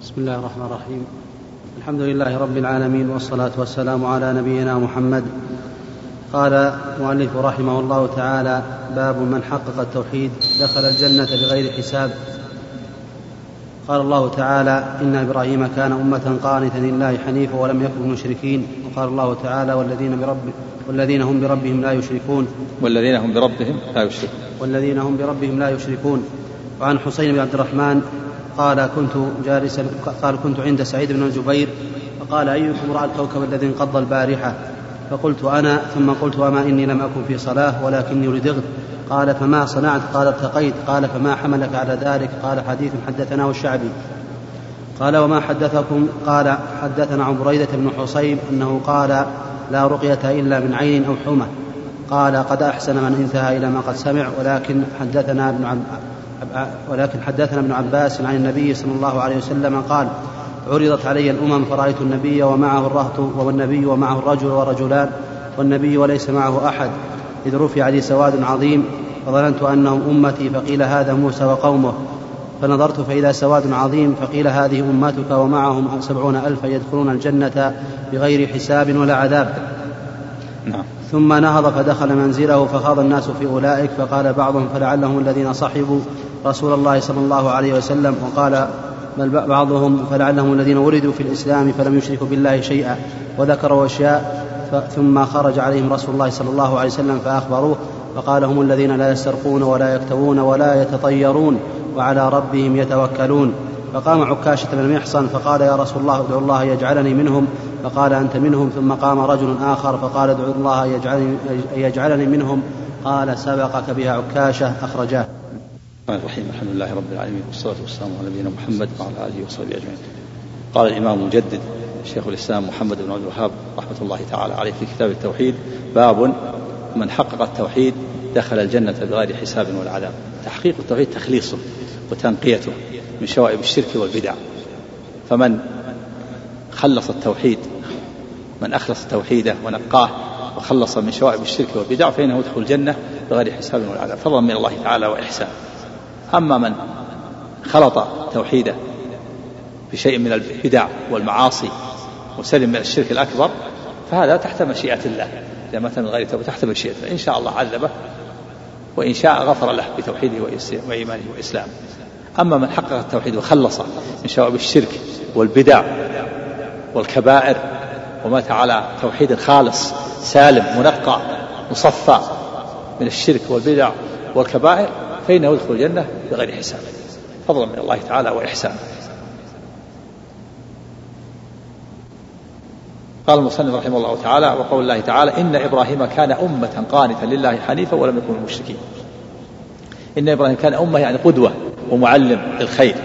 بسم الله الرحمن الرحيم. الحمد لله رب العالمين، والصلاة والسلام على نبينا محمد. قال المؤلف رحمه الله تعالى: باب من حقق التوحيد دخل الجنة بغير حساب. قال الله تعالى: إن إبراهيم كان أمة قانتا لله حنيفا ولم يكن من المشركين. وقال الله تعالى: والذين هم بربهم لا يشركون. وعن حسين بن عبد الرحمن قال: كنت عند سعيد بن الجبير فقال: أيكم رأى الكوكب الذي انقض البارحة؟ فقلت: أنا. ثم قلت: أما إني لم أكن في صلاة ولكني ردغت. قال: فما صنعت؟ قال: ارتقيت. قال: فما حملك على ذلك؟ قال: حديث حدثناه الشعبي. قال: وما حدثكم؟ قال: حدثنا عن بريدة بن حصيب أنه قال: لا رقية إلا من عين أو حمى. قال: قد أحسن من انتهى إلى ما قد سمع، ولكن حدثنا ابن عباس عن النبي صلى الله عليه وسلم قال: عرضت علي الأمم فرأيت النبي ومعه الرهط، والنبي ومعه الرجل ورجلان، والنبي وليس معه أحد، إذ رفع لي سواد عظيم فظننت أنهم أمتي، فقيل: هذا موسى وقومه. فنظرت فإذا سواد عظيم، فقيل: هذه أمتك ومعهم 70,000 يدخلون الجنة بغير حساب ولا عذاب. ثم نهض فدخل منزله فخاض الناس في أولئك، فقال بعضهم: فلعلهم الذين صحبوا رسول الله صلى الله عليه وسلم. وقال بل بعضهم: فلعلهم الذين ولدوا في الإسلام فلم يشركوا بالله شيئا. وذكروا أشياء. ثم خرج عليهم رسول الله صلى الله عليه وسلم فأخبروه، فقال: هم الذين لا يسترقون ولا يكتوون ولا يتطيرون وعلى ربهم يتوكلون. فقام عكاشة بن محصن فقال: يا رسول الله، ادعو الله يجعلني منهم. فقال: أنت منهم. ثم قام رجل آخر فقال: ادعو الله يجعلني منهم. قال: سبقك بها عكاشة. أخرجاه. الرحيم. الحمد لله رب العالمين، والصلاة والسلام على نبينا محمد وعلى آله وصحبه أجمعين. قال الإمام المجدد شيخ الإسلام محمد بن عبد الوهاب رحمة الله تعالى عليه في كتاب التوحيد: باب من حقق التوحيد دخل الجنة بغير حساب ولا عذاب. تحقيق التوحيد تخليصه وتنقيته من شوائب الشرك والبدع. فمن خلص التوحيد، من أخلص توحيده ونقاه وخلص من شوائب الشرك والبدع، فإنه يدخل الجنة بغير حساب ولا عذاب، فضلا من الله تعالى وإحسان. أما من خلط توحيده بشيء من البدع والمعاصي وسلم من الشرك الأكبر، فهذا تحت مشيئة الله. إذا مات من غير توبة تحت مشيئته، إن شاء الله عذبه، وإن شاء غفر له بتوحيده وإيمانه وإسلامه. أما من حقق التوحيد وخلص من شوائب الشرك والبدع والكبائر ومات على توحيد خالص سالم منقى مصفى من الشرك والبدع والكبائر، فإنه يدخل الجنة بغير حساب، فضلا من الله تعالى وإحسانه. قال المصنف رحمه الله تعالى: وقول الله تعالى: إن إبراهيم كان أمة قانتا لله حنيفا ولم يكن من المشركين. إن إبراهيم كان أمة يعني قدوة ومعلم للخير،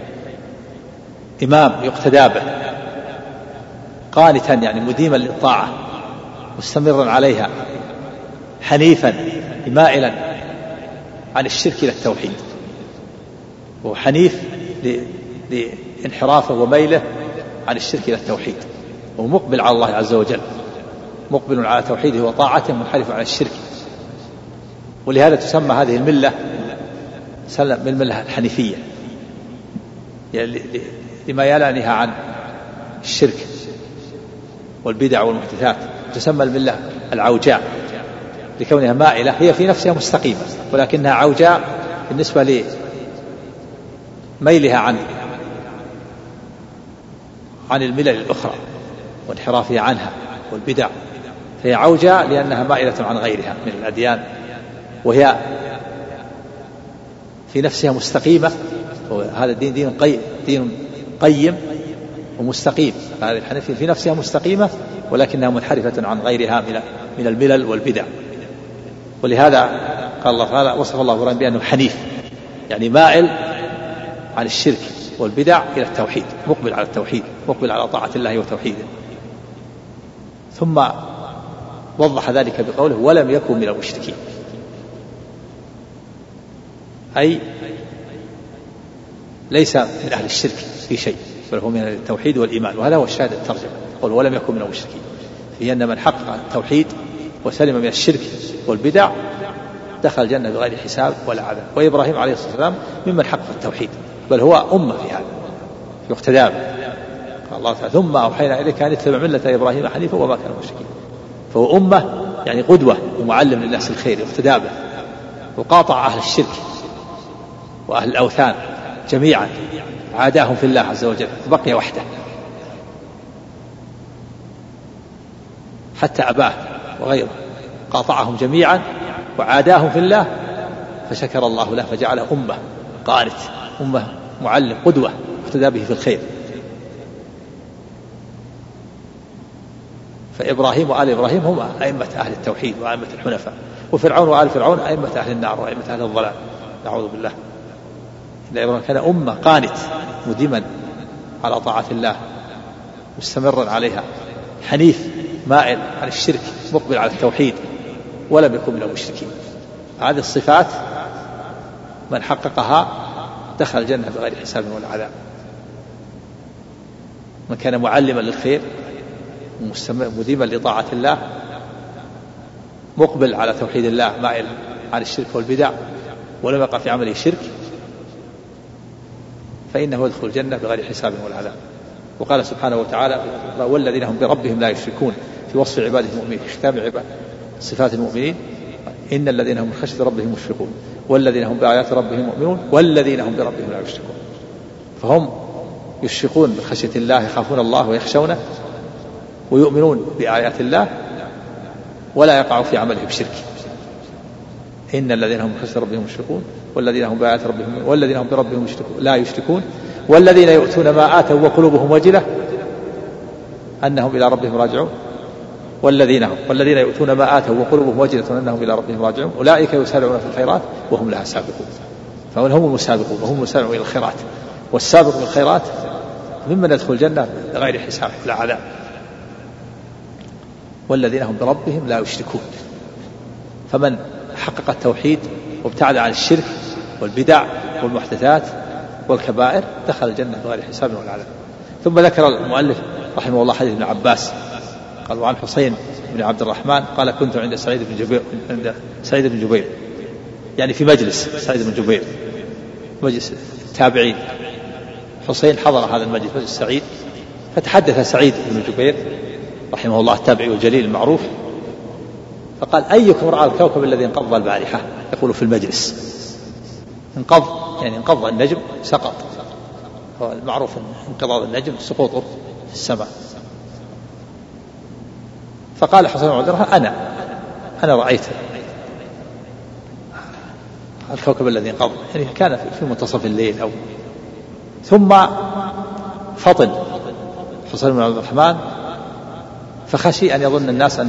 إمام يقتدى به، قانتا يعني مديما للطاعة مستمرا عليها، حنيفا مائلا عن الشرك إلى التوحيد، وحنيف لانحرافه وميله عن الشرك إلى التوحيد، ومقبل على الله عز وجل، مقبل على توحيده وطاعته، منحرف عن الشرك. ولهذا تسمى هذه الملة بالملة الحنيفية، لما يلانها عن الشرك والبدع والمحدثات. تسمى الملة العوجاء لكونها مائلة، هي في نفسها مستقيمة ولكنها عوجاء بالنسبة لميلها عن الملل الأخرى وانحرافها عنها والبدع، فهي عوجاء لأنها مائلة عن غيرها من الأديان، وهي في نفسها مستقيمة. وهذا الدين دين قيم ومستقيم. هذه الحنفية في نفسها مستقيمة ولكنها منحرفة عن غيرها من الملل والبدع. ولهذا قال الله تعالى: وصف الله إبراهيم بأنه حنيف، يعني مائل عن الشرك والبدع إلى التوحيد، مقبل على التوحيد، مقبل على طاعة الله وتوحيده. ثم وضح ذلك بقوله: ولم يكن من المشركين، أي ليس من أهل الشرك في شيء، بل هو من التوحيد والإيمان. وهذا هو الشاهد الترجمة، قال: ولم يكن من المشركين، في أن من حقق التوحيد وسلم من الشرك والبدع دخل الجنة بغير حساب ولا عذاب. وإبراهيم عليه الصلاة والسلام ممن حقق التوحيد، بل هو أمة في هذا، يقتدى به. قال الله تعالى ثم أوحينا إليك أن اتبع ملة إبراهيم حنيفا وما كان مشركين. فهو أمة يعني قدوة ومعلم للناس الخير يقتدى به، وقاطع أهل الشرك وأهل الأوثان جميعا، عاداهم في الله عز وجل، بقي وحده حتى أباه وغيره، قاطعهم جميعا وعاداهم في الله، فشكر الله له فجعله أمة قانت، أمة معلم قدوة اقتدى به في الخير. فإبراهيم وآل إبراهيم هم أئمة أهل التوحيد وأئمة الحنفاء، وفرعون وآل فرعون أئمة أهل النار وأئمة أهل الضلال، نعوذ بالله. إن إبراهيم كان أمة قانت مديما على طاعة الله مستمرا عليها، حنيف مائل عن الشرك مقبل على التوحيد، ولم يكن من المشركين. هذه الصفات من حققها دخل الجنة بغير حساب ولا عذاب. من كان معلما للخير مديما لطاعة الله مقبل على توحيد الله مائل عن الشرك والبدع ولم يقع في عمله شرك، فإنه يدخل الجنة بغير حساب ولا عذاب. وقال سبحانه وتعالى والذين هم بربهم لا يشركون في وصف عباده المؤمنين، في ختام صفات المؤمنين إن الذين هم من خشية ربهم مشفقون والذين هم بآيات ربهم مؤمنون والذين هم بربهم لا يشركون. فهم يشفقون من خشية الله، يخافون الله ويخشونه ويؤمنون بآيات الله ولا يقعوا في عمله بشرك. إن الذين هم من خشية ربهم مشفقون والذين هم بآيات ربهم والذين هم بربهم لا يشركون والذين يؤتون ما آتوا وقلوبهم وجلة أنهم إلى ربهم راجعون والذين يؤتون ما آتوا وقلوبهم وجلة أنهم إلى ربهم راجعون أولئك يسارعون في الخيرات وهم لها سابقون. فهم المسابقون وهم المسارعون إلى الخيرات، والسابق في الخيرات ممن يدخل الجنة بغير حساب لا عذاب. والذين هم بربهم لا يشركون، فمن حقق التوحيد وابتعد عن الشرك والبدع والمحدثات والكبائر دخل الجنة بغير حساب ولا عذاب. ثم ذكر المؤلف رحمه الله حديث ابن عباس قال وعن حسين بن عبد الرحمن قال كنت عند سعيد بن جبير يعني في مجلس سعيد بن جبير مجلس التابعين. حسين حضر هذا المجلس مجلس سعيد، فتحدث سعيد بن جبير رحمه الله التابعي الجليل المعروف، فقال أيكم رأى الكوكب الذي انقض البارحة؟ يقول في المجلس انقض يعني انقض النجم سقط، هو المعروف انقضاض النجم سقوطه في السماء. فقال حسين بن عبد الرحمن أنا رأيت الكوكب الذي انقض، يعني كان في منتصف الليل أو ثم فطن حسين بن عبد الرحمن فخشي أن يظن الناس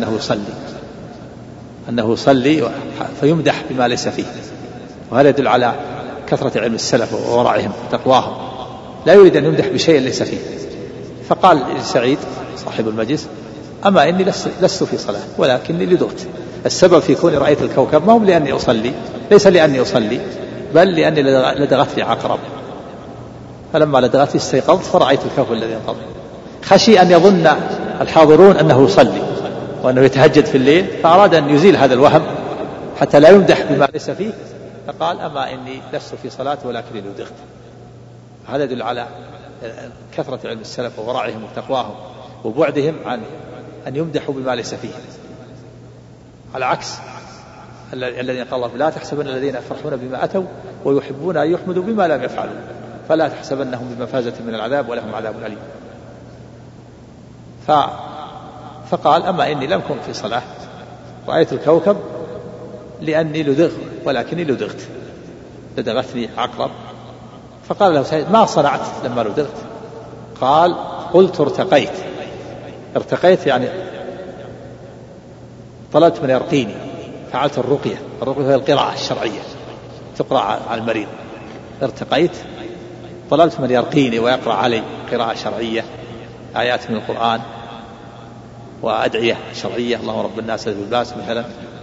أنه يصلي فيمدح بما ليس فيه، وهذا يدل على كثرة علم السلف وورعهم وتقواهم، لا يريد أن يمدح بشيء ليس فيه. فقال لسعيد صاحب المجلس أما إني لست في صلاة ولكني لدغت، السبب في كوني رأيت الكوكب ما هو لأني أصلي، ليس لأني أصلي بل لأني لدغتني عقرب، فلما لدغتني استيقظت فرأيت الكوكب الذي انقض. خشي أن يظن الحاضرون أنه يصلي وأنه يتهجد في الليل، فأراد أن يزيل هذا الوهم حتى لا يمدح بما ليس فيه، فقال أما إني لست في صلاة ولكني لدغت. هذا يدل على كثرة علم السلف وورعهم وتقواهم وبعدهم عن أن يمدحوا بما ليس فيه، على عكس الذين قال الله لا تحسبن الذين يفرحون بما أتوا ويحبون أن يحمدوا بما لم يفعلوا فلا تحسبنهم بمفازة من العذاب ولهم عذاب أليم. فقال أما إني لم كن في صلاة رأيت الكوكب لأني لدغ ولكني لدغت، لدغتني عقرب. فقال له سعيد ما صنعت لما لدغت؟ قال قلت ارتقيت يعني طلبت من يرقيني، فعلت الرقية هي القراءة الشرعية تقرأ على المريض. ارتقيت طلبت من يرقيني ويقرأ علي قراءة شرعية آيات من القرآن وأدعية شرعية اللهم رب الناس ذي الباس مثلا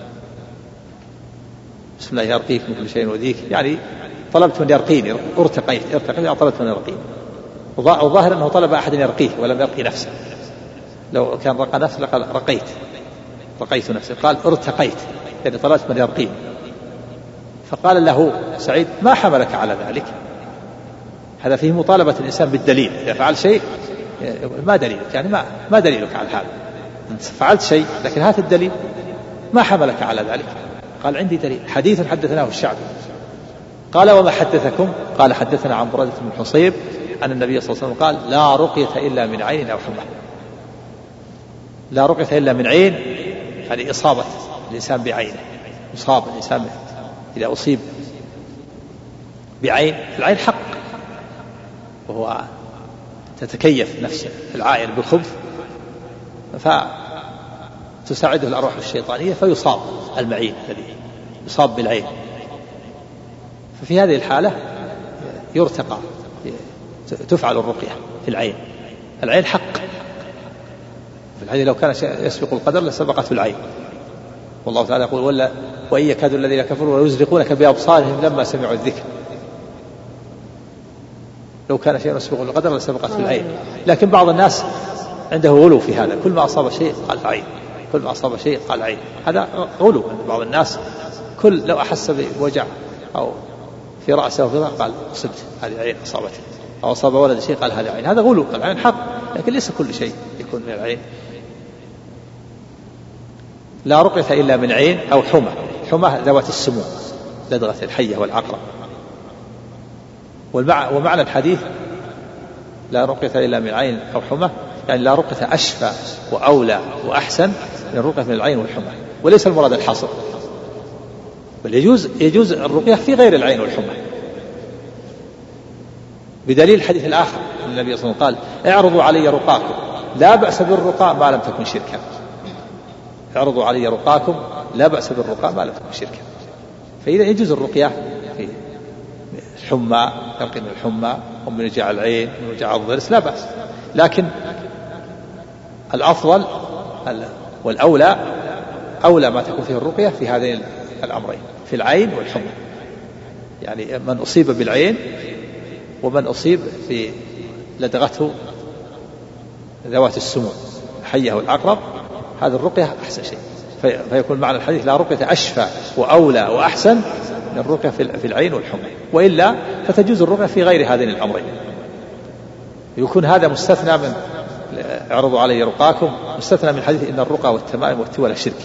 بسم الله يرقيك من كل شيء وذيك، يعني طلبت من يرقيني. ارتقيت يعني طلبت من يرقيني، وظاهر أنه طلب أحد يرقيه ولم يرقي نفسه، لو كان رقى نفسه لقال رقيت نفسه، قال ارتقيت يعني طلبت من يرقيه. فقال له سعيد ما حملك على ذلك؟ هذا فيه مطالبة الإنسان بالدليل. إذا فعل شيء ما دليلك، يعني ما دليلك على هذا؟ أنت فعلت شيء لكن هات الدليل، ما حملك على ذلك؟ قال عندي دليل، حديث حدثناه الشعبي. قال وما حدثكم؟ قال حدثنا عن بريدة بن الحصيب أن النبي صلى الله عليه وسلم قال لا رقية إلا من عين أو حمى. لا رقية إلا من عين، يعني إصابة الإنسان بعينه، يصاب الإنسان إذا أصيب بعين، العين حق، وهو تتكيف نفسه العائل بالخبث فتساعده الأرواح الشيطانية فيصاب المعين الذي يصاب بالعين. ففي هذه الحالة يرتقى، تفعل الرقية في العين. العين حق، في الحديث لو كان يسبق القدر لسبقته العين. والله تعالى يقول وإن يكاد الذين كفروا ويزلقونك بأبصارهم لما سمعوا الذكر. لو كان شيء يسبق القدر لسبقته العين. لكن بعض الناس عنده غلو في هذا، كل ما أصاب شيء قال عين، كل ما أصاب شيء قال عين. هذا غلو عند بعض الناس، كل لو أحس بوجع أو في رأسه أو في ظهره قال صبت هذه عين أصابته، أو أصاب ولد شيء قال هذه عين. هذا غلو. العين حق، لكن ليس كل شيء يكون من العين. لا رقية إلا من عين أو حمى. حمى ذوات السموم، لدغة الحية والعقرب. ومعنى الحديث لا رقية إلا من عين أو حمى، يعني لا رقية أشفى وأولى وأحسن من الرقية من العين والحمى، وليس المراد الحصر، بل يجوز الرقية في غير العين والحمى، بدليل الحديث الآخر النبي صلى الله عليه وسلم قال اعرضوا علي رقاكم لا بأس بالرقاء ما لم تكن شركا. اعرضوا علي رقاكم لا بأس بالرقاء ما لم تكن شركا. فإذا يجوز الرقية في الحمى، يرقي من الحمى ومن وجع العين ومن وجع الضرس لا بأس، لكن الأفضل والأولى أولى ما تكون فيه الرقية في هذين الأمرين، في العين والحمى. يعني من أصيب بالعين ومن أصيب في لدغته ذوات السموم الحية والعقرب، هذه الرقية أحسن شيء. فيكون معنى الحديث لا رقية أشفى وأولى وأحسن من الرقية في العين والحمى. وإلا فتجوز الرقية في غير هذين الأمرين. يكون هذا مستثنى من اعرضوا علي رقاكم، مستثنى من حديث إن الرقى والتمائم والتولى شرك.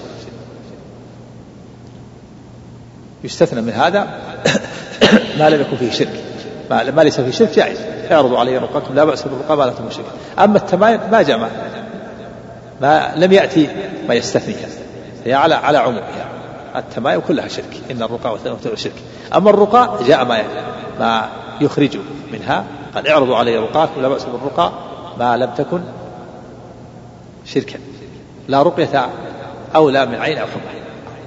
يستثنى من هذا ما لم يكن فيه شرك، ما ليس فيه شرك جائز. اعرضوا علي رقاكم لا بأس بالرقى ما لا تكن شرك. أما التمائم ما جاء ما لم يأتي ما يستثنيها، هي على عمومها. التمائم كلها شرك، إن الرقى والتمائم شرك. أما الرقى جاء ما يخرج منها، قال اعرضوا علي رقاكم لا بأس بالرقى ما لم تكن شركا. لا رقية أولى من عين أو حمى.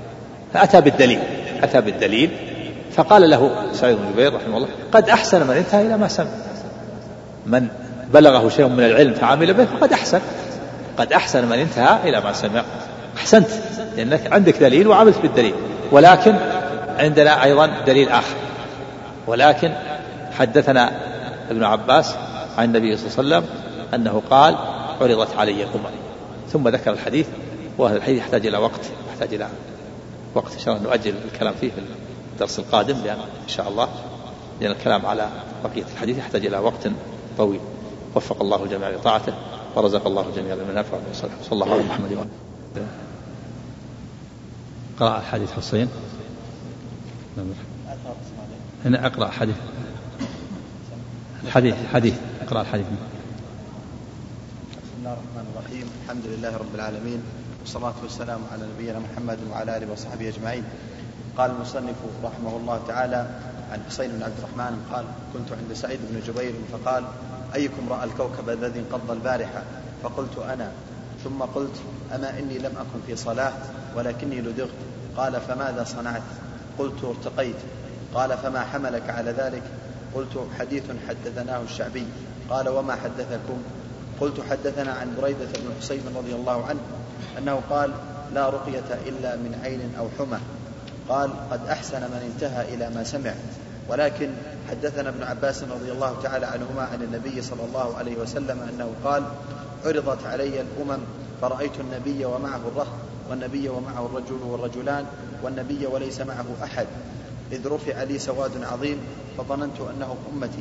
فأتى بالدليل فقال له سعيد بن جبير رحمه الله قد أحسن من انتهى إلى ما سمع. من بلغه شيء من العلم فعمل به فقد أحسن. قد أحسن من انتهى إلى ما سمع. أحسنت، لأنك عندك دليل وعملت بالدليل. ولكن عندنا أيضا دليل آخر. ولكن حدثنا ابن عباس عن النبي صلى الله عليه وسلم أنه قال عرضت علي الأمم، ثم ذكر الحديث. وهذا الحديث يحتاج إلى وقت إن شاء الله نؤجل الكلام فيه في الدرس القادم، لأن إن شاء الله لأن الكلام على بقية الحديث يحتاج إلى وقت طويل. وفق الله الجميع لطاعته ورزق الله الجميع من نفعه وصلى الله على محمد وعلى آله. قرأ الحديث حسين. هنا أقرأ حديث اقرأ الحديث. بسم الله الرحمن الرحيم. الحمد لله رب العالمين، والصلاة والسلام على نبينا محمد وعلى آله وصحبه أجمعين. قال المصنف رحمه الله تعالى عن حسين بن عبد الرحمن قال كنت عند سعيد بن جبير فقال أيكم رأى الكوكب الذي انقض البارحة؟ فقلت أنا. ثم قلت أما إني لم أكن في صلاة ولكني لدغت. قال فماذا صنعت؟ قلت ارتقيت. قال فما حملك على ذلك؟ قلت حديث حدثناه الشعبي. قال وما حدثكم؟ قلت حدثنا عن بريدة بن حصيب رضي الله عنه أنه قال لا رقية إلا من عين أو حمى. قال قد أحسن من انتهى إلى ما سمع. ولكن حدثنا ابن عباس رضي الله تعالى عنهما عن النبي صلى الله عليه وسلم أنه قال عرضت علي الأمم فرأيت النبي ومعه الرهط والنبي ومعه الرجل والرجلان والنبي وليس معه أحد، إذ رفع لي سواد عظيم فظننت أنهم أمتي،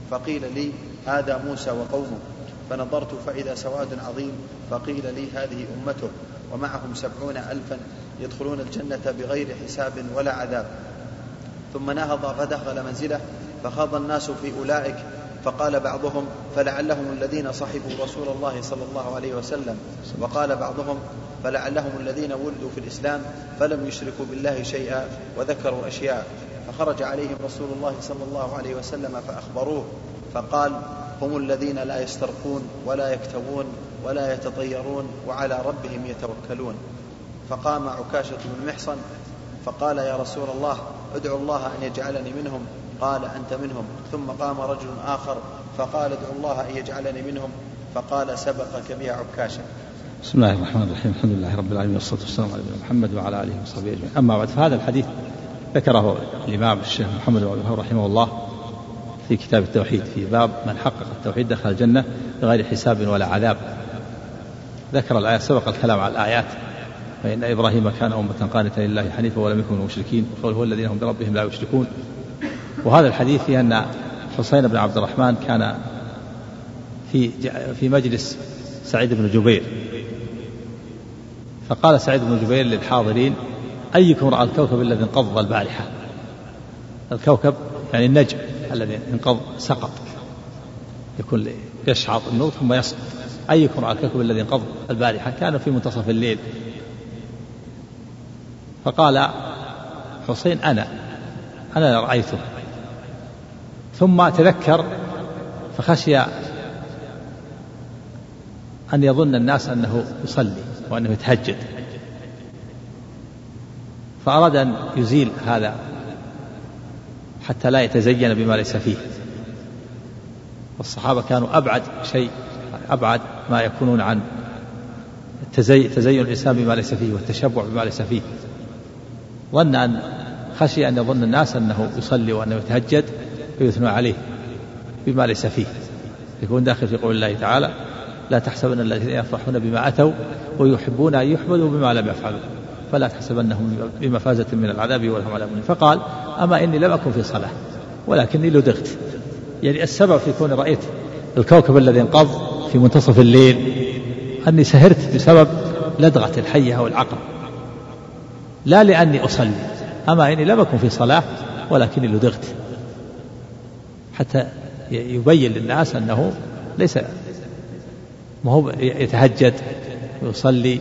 فقيل لي هذا موسى وقومه، فنظرت فإذا سواد عظيم، فقيل لي هذه أمته ومعهم 70,000 يدخلون الجنة بغير حساب ولا عذاب. ثم نهض فدخل منزله، فخاض الناس في أولئك، فقال بعضهم فلعلهم الذين صحبوا رسول الله صلى الله عليه وسلم، وقال بعضهم فلعلهم الذين ولدوا في الإسلام فلم يشركوا بالله شيئا وذكروا أشياء. فخرج عليهم رسول الله صلى الله عليه وسلم فأخبروه، فقال هم الذين لا يسترقون ولا يكتوون ولا يتطيرون وعلى ربهم يتوكلون. فقام عكاشة بن محصن فقال يا رسول الله ادعو الله أن يجعلني منهم، قال أنت منهم. ثم قام رجل آخر فقال ادعو الله أن يجعلني منهم، فقال سبقك بها عكاشة. بسم الله الرحمن الرحيم. الحمد لله رب العالمين والصلاة والسلام على محمد وعلى آله وصحبه أجمعين. أما بعد، فهذا الحديث ذكره الإمام الشيخ محمد بن عبد الوهاب رحمه الله في كتاب التوحيد في باب من حقق التوحيد دخل الجنة بغير حساب ولا عذاب. ذكر الآية، سبق الكلام على الآيات، فإن إبراهيم كان أمة قانتا لله حنيفا ولم يكن من المشركين، وقوله الذين هم بربهم لا يشركون. وهذا الحديث في أن حسين بن عبد الرحمن كان في مجلس سعيد بن جبير، فقال سعيد بن جبير للحاضرين أيكم رأى الكوكب الذي انقض البارحة؟ الكوكب يعني النجم الذي انقض سقط، يكون يشعط النور ثم يسقط. أيكم رأى الكوكب الذي انقض البارحة؟ كان في منتصف الليل. فقال حسين أنا رأيته. ثم تذكر فخشي أن يظن الناس أنه يصلي وأنه يتهجد، فأراد أن يزيل هذا حتى لا يتزين بما ليس فيه. والصحابة كانوا أبعد ما يكونون عن تزين الإنسان بما ليس فيه والتشبع بما ليس فيه. خشي أن يظن الناس أنه يصلي وأنه يتهجد ويثنى عليه بما ليس فيه، يكون داخل في قول الله تعالى لا تحسبن الذين يفرحون بما أتوا ويحبون أن يحمدوا بما لم يفعلوا فلا تحسبنهم بمفازة من العذاب ولهم عذاب أليم. فقال أما إني لم أكن في صلاة ولكني لدغت، يعني السبب في كون رأيت الكوكب الذي انقض في منتصف الليل أني سهرت بسبب لدغة الحية أو العقرب، لا لأني أصلي. أما إني لم أكن في صلاة ولكني لدغت، حتى يبين للناس أنه ليس ما هو يتهجد ويصلي،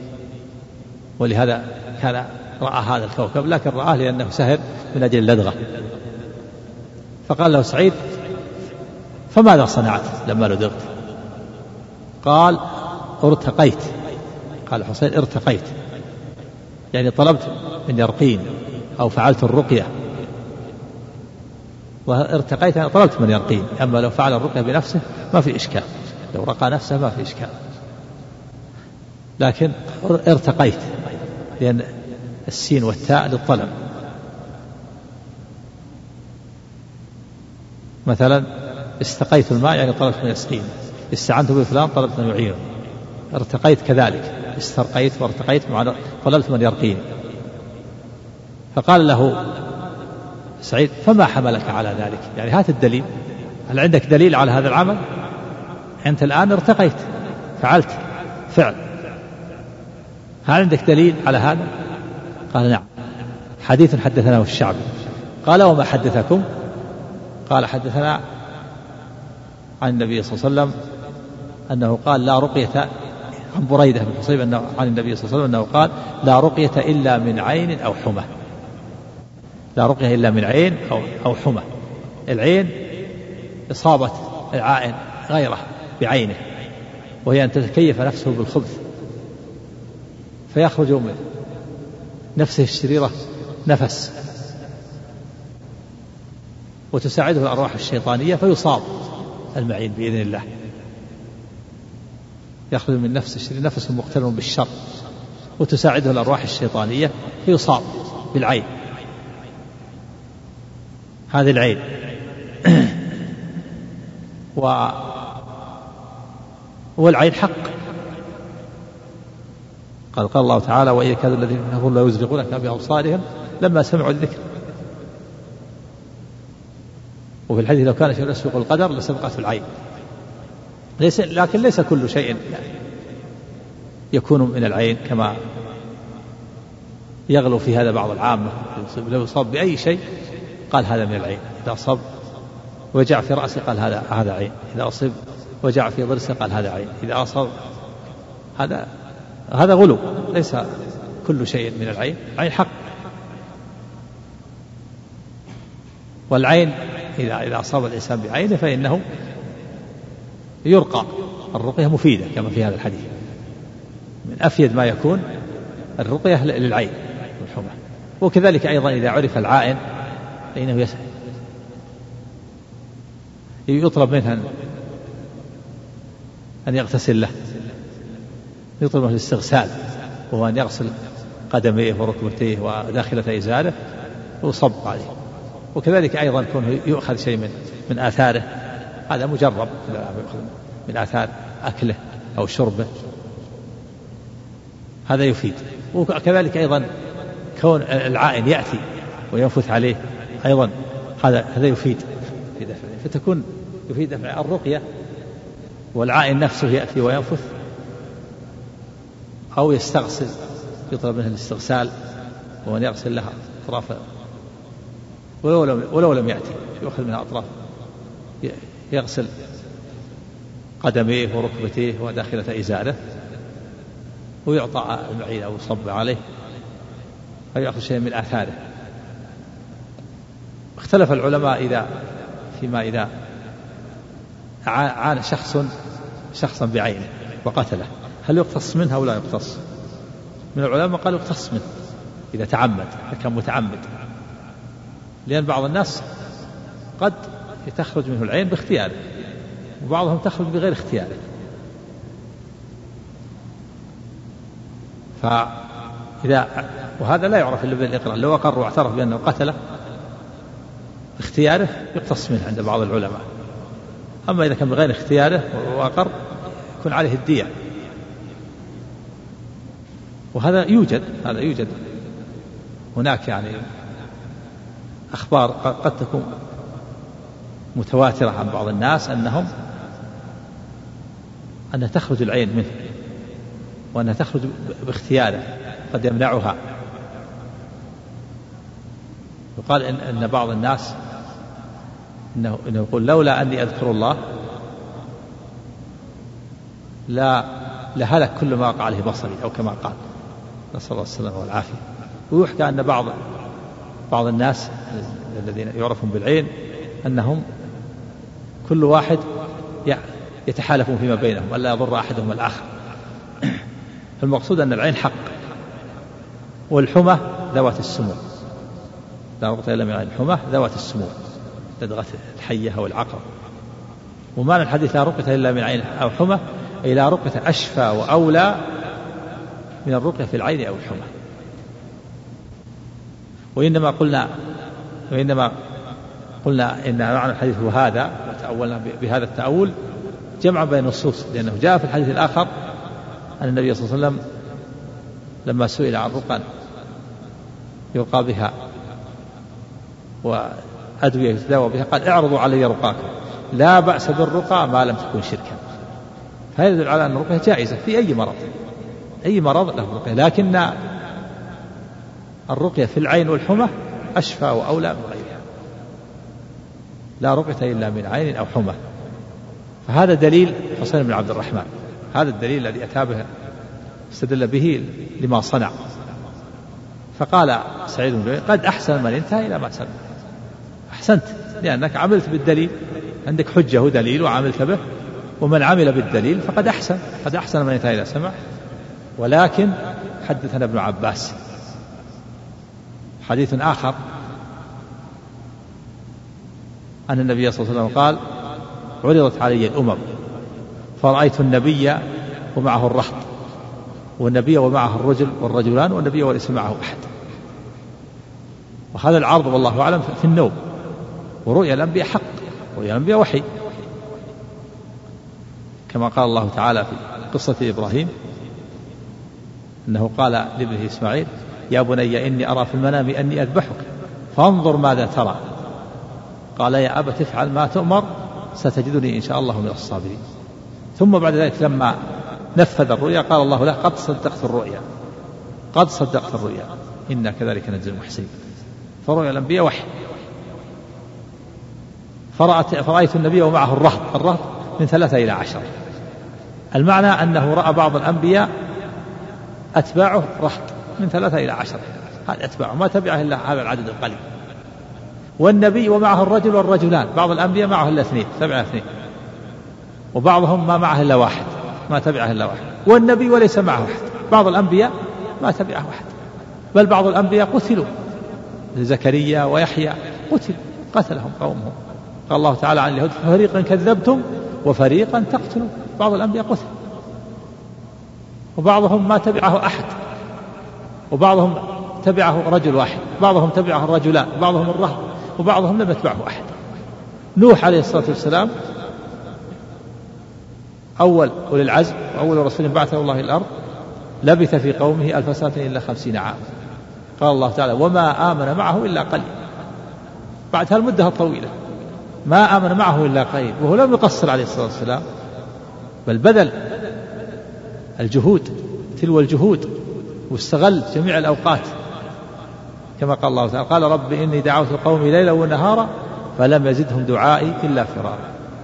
ولهذا كان رأى هذا الكوكب، لكن رآه لأنه سهر من أجل اللدغة. فقال له سعيد فماذا صنعت لما لدغت؟ قال ارتقيت. قال حسين ارتقيت، يعني طلبت من يرقين أو فعلت الرقية. وارتقيت يعني طلبت من يرقين، أما لو فعل الرقية بنفسه ما في إشكال، لو رقى نفسه ما في إشكال، لكن ارتقيت لأن السين والتاء للطلب. مثلا استقيت الماء يعني طلبت من يسقين، استعنت بفلان طلبت من يعينه. ارتقيت كذلك، استرقيت وارتقيت طلبت من يرقين. فقال له سعيد فما حملك على ذلك؟ يعني هات الدليل، هل عندك دليل على هذا العمل؟ أنت الآن ارتقيت، فعلت فعل، هل عندك دليل على هذا؟ قال نعم، حديث حدثناه الشعبي. قال وما حدثكم؟ قال حدثنا عن النبي صلى الله عليه وسلم أنه قال لا رقية، عن بريدة بن حصيب أنه عن النبي صلى الله عليه وسلم أنه قال لا رقية إلا من عين أو حمى. لا رقية إلا من عين أو حمى. العين إصابة العائن غيره بعينه، وهي أن تتكيف نفسه بالخبث فيخرج من نفسه الشريرة نفس، وتساعده الأرواح الشيطانية فيصاب المعين بإذن الله، يخرج من نفس الشريرة نفس مقترن بالشر، وتساعده الأرواح الشيطانية فيصاب بالعين. هذه العين والعين حق. قال الله تعالى وإن يكاد الذين كفروا لا يزلقونك بأبصارهم لما سمعوا الذكر. وفي الحديث لو كان شيء يسبق القدر لسبقته العين. لكن ليس كل شيء يكون من العين كما يغلو في هذا بعض العامة. لو صاب بأي شيء قال هذا من العين، إذا أصاب وجع في رأسه قال هذا عين، إذا أصيب وجع في ضرسه قال هذا عين، إذا أصاب هذا غلو. ليس كل شيء من العين، عين حق. والعين إذا أصاب الإنسان بعينه فإنه يرقى. الرقية مفيدة كما في هذا الحديث، من أفيد ما يكون الرقية للعين والحمى. وكذلك أيضا إذا عرف العائن فإنه يطلب منه أن يغتسل له، يطلب منه الاستغسال، وهو أن يغسل قدميه وركبتيه وداخلة إزاره ويصب عليه. وكذلك أيضا يكون يؤخذ شيء من آثاره، هذا مجرب من آثار أكله أو شربه، هذا يفيد. وكذلك أيضا كون العائن يأتي وينفث عليه أيضا هذا يفيد في دفعه، فتكون يفيد دفع الرقية. والعائن نفسه يأتي وينفث أو يستغسل، يطلب منه الاستغسال وأن يغسل لها أطراف، ولو لم يأتي يأخذ منها أطراف، يغسل قدميه وركبتيه وداخلة إزاره، ويعطى المعين أو يصب عليه أو يأخذ شيء من آثاره. اختلف العلماء إذا عان شخصا بعينه وقتله هل يقتص منه أو لا يقتص؟ من العلماء قالوا يقتص منه إذا تعمد، كان متعمد، لأن بعض الناس قد تخرج منه العين باختياره، وبعضهم تخرج بغير اختياره. وهذا لا يعرف إلا بالإقرار. لو أقر واعترف بأنه قتله باختياره يقتص منه عند بعض العلماء. أما إذا كان بغير اختياره وأقر يكون عليه الدية. وهذا يوجد هناك يعني أخبار قد تكون متواترة عن بعض الناس أنها تخرج العين منه، وأنها تخرج باختياره، قد يمنعها. يقال إن بعض الناس إنه يقول لولا أني أذكر الله لهلك كل ما وقع عليه بصري، أو كما قال، نسأل الله السلامة والعافية. ويحكى أن بعض الناس الذين يعرفون بالعين أنهم كل واحد يتحالفون فيما بينهم ألا يضر أحدهم الآخر. المقصود أن العين حق. والحمى ذوات السموم، لا رقية إلا من عين. الحمى ذوات السموم، لدغة الحية أو العقرب. ومعنى الحديث لا رقية إلا من عين أو حمى أي لا رقية أشفى وأولى من الرقية في العين أو الحمى. وإنما قلنا إن معنى الحديث هو هذا، وتأولنا بهذا التأول جمع بين النصوص، لأنه جاء في الحديث الآخر أن النبي صلى الله عليه وسلم لما سئل عن رقى يرقى بها وأدوية يتداوى بها قال اعرضوا علي رقاكم لا بأس بالرقى ما لم تكن شركا. فهذا يدل على أن الرقية جائزة في أي مرض له رقية، لكن الرقية في العين والحمى أشفى وأولى من غيرها. لا رقية إلا من عين أو حمى. فهذا دليل حسين بن عبد الرحمن، هذا الدليل الذي أتى به استدل به لما صنع. فقال سعيد بن جبير قد أحسن من انتهى إلى ما سمع. أحسنت، لأنك عملت بالدليل، عندك حجة ودليل وعملت به، ومن عمل بالدليل فقد أحسن. قد أحسن من انتهى إلى سمع. ولكن حدثنا ابن عباس حديث آخر أن النبي صلى الله عليه وسلم قال عرضت علي الأمم فرأيت النبي ومعه الرهط، والنبي ومعه الرجل والرجلان، والنبي وليس معه أحد. وهذا العرض والله أعلم في النوم. ورؤيا الأنبياء حق، رؤيا الأنبياء وحي، كما قال الله تعالى في قصة إبراهيم أنه قال لابنه إسماعيل يا بني إني أرى في المنام أني أذبحك فانظر ماذا ترى. قال يا أبت افعل ما تؤمر ستجدني إن شاء الله من الصابرين. ثم بعد ذلك لما نفذ الرؤيا قال الله له قد صدقت الرؤيا، قد صدقت الرؤيا إنا كذلك نجزي المحسنين. فرؤيا الأنبياء وحي. فرأيت النبي ومعه الرهط من 3 إلى 10. المعنى أنه رأى بعض الأنبياء أتباعه رهط من 3 إلى 10، هذا أتباعه ما تبعه إلا هذا العدد القليل. والنبي ومعه الرجل والرجلان، بعض الأنبياء معه إلا 2، تبعه 2، وبعضهم ما معه إلا 1، ما تبعه إلا 1. والنبي وليس معه 1، بعض الأنبياء ما تبعه 1، بل بعض الأنبياء قتلوا، زكريا ويحيى قتلهم قومهم. قال الله تعالى عن اليهود فريقا كذبتم وفريقا تقتلون. بعض الأنبياء قتل، وبعضهم ما تبعه أحد، وبعضهم تبعه رجل واحد، بعضهم تبعه الرجلان، بعضهم الرهط، وبعضهم لم يتبعه أحد. نوح عليه الصلاة والسلام أول أولي العزم وأول رسول بعثه الله إلى الأرض لبث في قومه 1000 سنة إلا 50 عاما. قال الله تعالى وما آمن معه إلا قليل. بعد هالمدة الطويلة ما آمن معه إلا قليل، وهو لم يقصر عليه الصلاة والسلام، بل بذل الجهود تلو الجهود واستغل جميع الأوقات، كما قال الله تعالى قال رب إني دعوت قومي ليلا ونهارا فلم يزدهم دعائي إلا فرارا.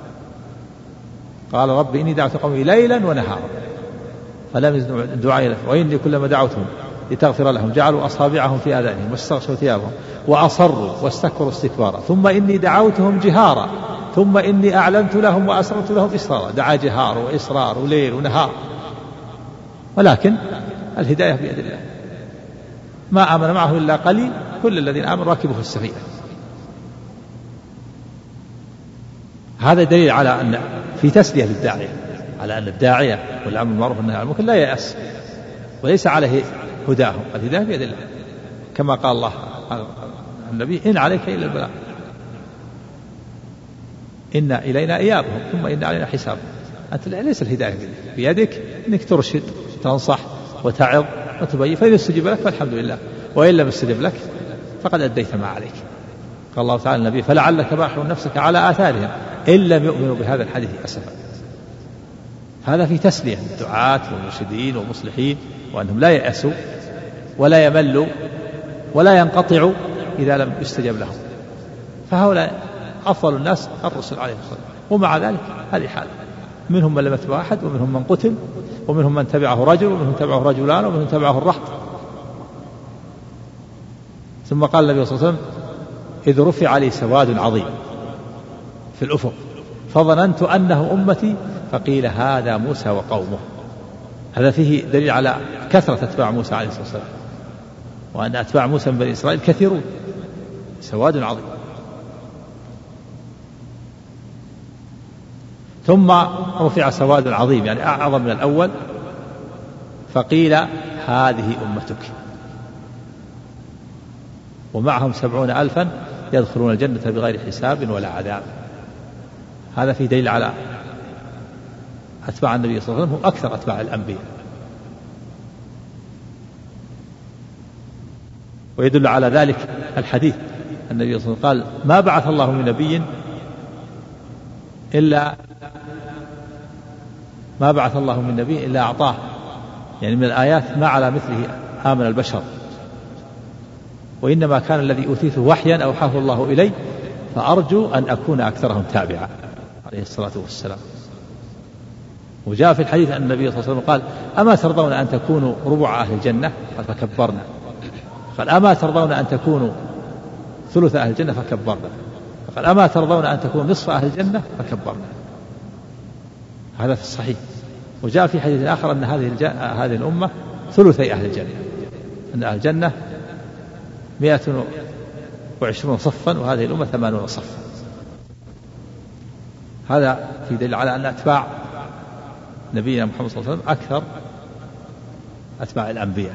قال رب إني دعوت قومي ليلا ونهارا فلم يزدهم دعائي إلا فرارا وإني كلما دعوتهم لتغفر لهم جعلوا أصابعهم في آذانهم واستغشوا ثيابهم وأصروا واستكبروا استكبارا ثم إني دعوتهم جهارا ثم إني أعلنت لهم وأسررت لهم إسرارا. دعا جهار وإسرار وليل ونهار، ولكن الهداية بيد الله. ما آمن معه إلا قليل، كل الذين آمنوا ركبوا في السفينة. هذا دليل على أن في تسلية للداعية، على أن الداعية والأمر بالمعروف والنهي عن المنكر لا يأس وليس عليه هداهم، الهداية بيد الله، كما قال الله النبي إن عليك إلا البلاغ إن إلينا إيابهم ثم إن علينا حسابهم. أنت ليس الهداية بيدك، إنك ترشد تنصح وتعظ وتبين، فإذا استجيب لك فالحمد لله، وإن لم يستجب لك فقد أديت ما عليك. قال الله تعالى النبي فلعلك باخع نفسك على آثارهم إن لم يؤمنوا بهذا الحديث أسفا. هذا في تسلية الدعاة والمرشدين والمصلحين، وأنهم لا يأسوا ولا يملوا ولا ينقطعوا إذا لم يستجب لهم. فهؤلاء أفضل الناس الرسل عليه الصلاة والسلام، ومع ذلك هذه حال، منهم من لم يتبع أحد، ومنهم من قتل، ومنهم من تبعه رجل، ومنهم تبعه رجلان، ومنهم تبعه الرهط. ثم قال النبي صلى الله عليه وسلم إذ رفع لي سواد عظيم في الأفق فظننت أنه أمتي فقيل هذا موسى وقومه. هذا فيه دليل على كثرة أتباع موسى عليه الصلاة والسلام، وأن أتباع موسى من بني إسرائيل كثيرون، سواد عظيم. ثم رفع سواد عظيم يعني أعظم من الأول فقيل هذه أمتك ومعهم 70,000 يدخلون الجنة بغير حساب ولا عذاب. هذا في دليل على أتباع النبي صلى الله عليه وسلم هم أكثر أتباع الأنبياء. ويدل على ذلك الحديث النبي صلى الله عليه وسلم قال ما بعث الله من نبي إلا أعطاه، يعني من الآيات ما على مثله آمن البشر، وإنما كان الذي أوتيته وحيا أوحاه الله إلي فأرجو أن أكون أكثرهم تابعا عليه الصلاة والسلام. وجاء في الحديث أن النبي صلى الله عليه وسلم قال أما ترضون أن تكونوا ربع أهل الجنة فكبرنا، قال أما ترضون أن تكونوا ثلث أهل الجنة فكبرنا، قال أما ترضون أن تكونوا نصف أهل الجنة فكبرنا. هذا في الصحيح. وجاء في حديث آخر أن هذه الأمة ثلثي أهل الجنة، أن أهل الجنة 120 صفا وهذه الأمة 80 صفا. هذا في دليل على أن أتباع نبينا محمد صلى الله عليه وسلم أكثر أتباع الأنبياء.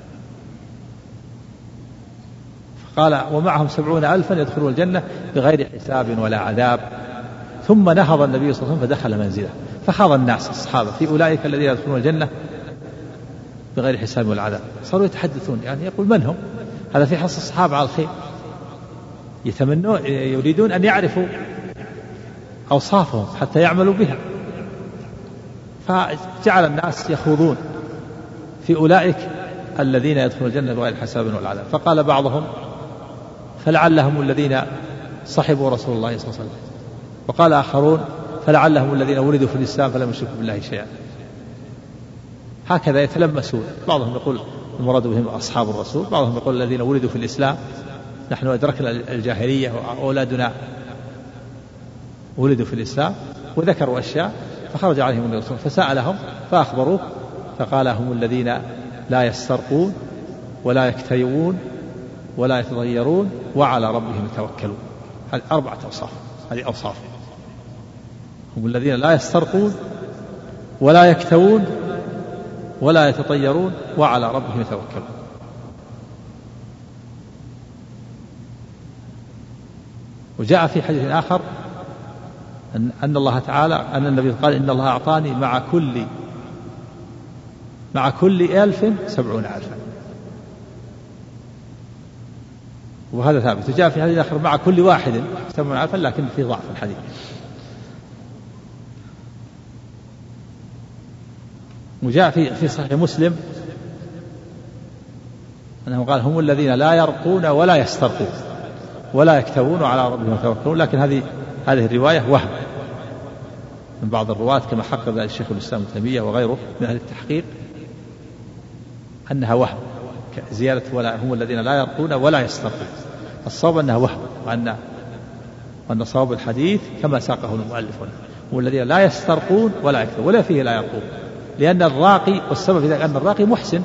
فقال ومعهم 70,000 يدخلون الجنة بغير حساب ولا عذاب. ثم نهض النبي صلى الله عليه وسلم فدخل منزله فخاض الناس الصحابة في أولئك الذين يدخلون الجنة بغير حساب ولا عذاب. صاروا يتحدثون يعني يقول من هم؟ هذا في حث الصحابة على الخير، يريدون أن يعرفوا أوصافهم حتى يعملوا بها، فجعل الناس يخوضون في أولئك الذين يدخلون الجنة بغير حساب ولا عذاب. فقال بعضهم فلعلهم الذين صحبوا رسول الله صلى الله عليه وسلم، وقال آخرون فلعلهم الذين ولدوا في الإسلام فلم يشركوا بالله شيئا. هكذا يتلمسون، بعضهم يقول المراد بهم أصحاب الرسول، بعضهم يقول الذين ولدوا في الإسلام، نحن أدركنا الجاهلية وأولادنا ولدوا في الإسلام، وذكروا أشياء فخرج عليهم الرسول فسألهم فأخبروه فقال هم الذين لا يسترقون ولا يكتوون ولا يتطيرون وعلى ربهم يتوكلون. هذه 4 أوصاف، هذه أوصاف. هم الذين لا يسترقون ولا يكتوون ولا يتطيرون وعلى ربهم يتوكلون. وجاء في حديث آخر أن الله تعالى أن النبي قال إن الله أعطاني مع كل 1000 70,000، وهذا ثابت. وجاء في حديث آخر مع كل واحد 70,000، لكن في ضعف الحديث. وجاء في صحيح مسلم أنه قال هم الذين لا يرقون ولا يسترقون ولا يكتوون وعلى ربهم يتوكلون. لكن هذه الرواية وهم من بعض الرواة كما حقق ذلك الشيخ الإسلام ابن تيمية وغيره من أهل التحقيق أنها وهم، زيادة ولا هم الذين لا يرقون ولا يسترقون. الصواب أنها وهم، وأن صواب الحديث كما ساقه المؤلف هم الذين لا يسترقون ولا يكتوون ولا فيه لا يرقون، لأن الراقي، والسبب في ذلك أن الراقي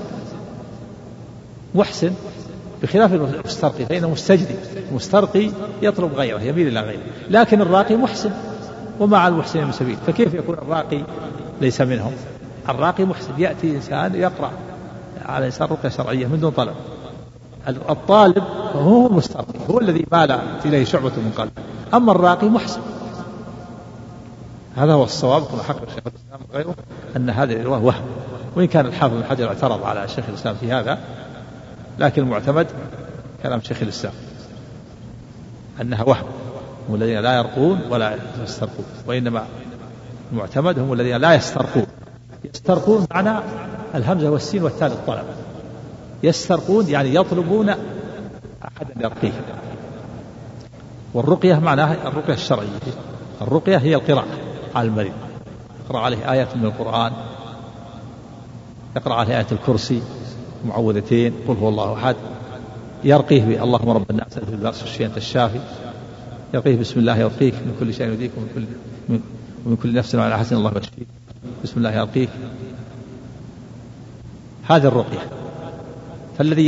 محسن بخلاف المسترقي، فإنه مستجدي. المسترقي يطلب غيره، يميل إلى غيره، لكن الراقي محسن ومع المحسنين من سبيل. فكيف يكون الراقي ليس منهم؟ الراقي محسن، يأتي إنسان يقرأ على إنسان رقية شرعية من دون طلب، الطالب هو المسترقي، هو الذي مال إليه شعبة من قلب، أما الراقي محسن. هذا هو الصواب كما حقق الشيخ الإسلام وغيره أن هذه الرواية وهم، وإن كان الحافظ بن حجر اعترض على شيخ الإسلام في هذا، لكن المعتمد كلام شيخ الإسلام أنها وهم، هم الذين لا يرقون ولا يسترقون، وإنما المعتمد هم الذين لا يسترقون. يسترقون معنى الهمزة والسين والتاء للطلب، يسترقون يعني يطلبون أحدا يرقيه. والرقية معناها الرقية الشرعية، الرقية هي القراءة على المريض، يقرأ عليه آيات من القرآن، يقرأ عليه آية الكرسي، معوذتين، قل هو الله أحد، يرقيه باللهم رب الناس في البأس والشفاء أنت الشافي، يرقيه بسم الله يرقيك من كل شيء يؤذيك ومن كل نفس وعلى حسن الله يشفيك، بسم الله يرقيك. هذه الرقية. فالذي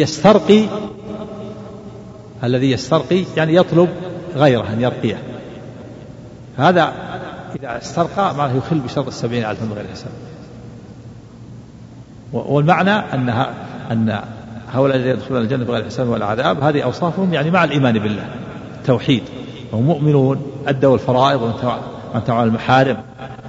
يسترقي يعني يطلب غيره أن يرقيه، هذا إذا استرقى معناه يخل بشرط 70,000 من غير حساب. والمعنى أن هؤلاء الذين يدخلون الجنة بغير حساب ولا عذاب هذه أوصافهم يعني مع الإيمان بالله، التوحيد، وهم مؤمنون، أدوا الفرائض وانتهوا عن المحارم.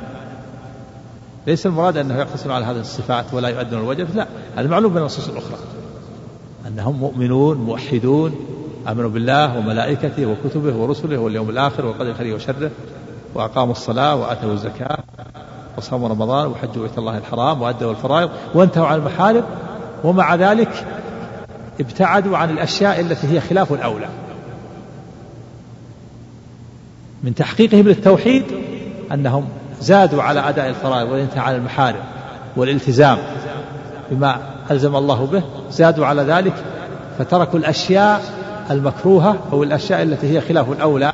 ليس المراد أنه يقتصر على هذه الصفات ولا يؤدون الواجب، لا، هذا معلوم من النصوص الأخرى أنهم مؤمنون موحدون، آمنوا بالله وملائكته وكتبه ورسله واليوم الآخر والقدر خيره وشره، وأقاموا الصلاة وآتوا الزكاة وصاموا رمضان وحجوا بيت الله الحرام وأدوا الفرائض وانتهوا عن المحارم، ومع ذلك ابتعدوا عن الأشياء التي هي خلاف الأولى. من تحقيقهم للتوحيد أنهم زادوا على أداء الفرائض والانتهاء عن المحارم والالتزام بما ألزم الله به، زادوا على ذلك فتركوا الأشياء المكروهة أو الأشياء التي هي خلاف الأولى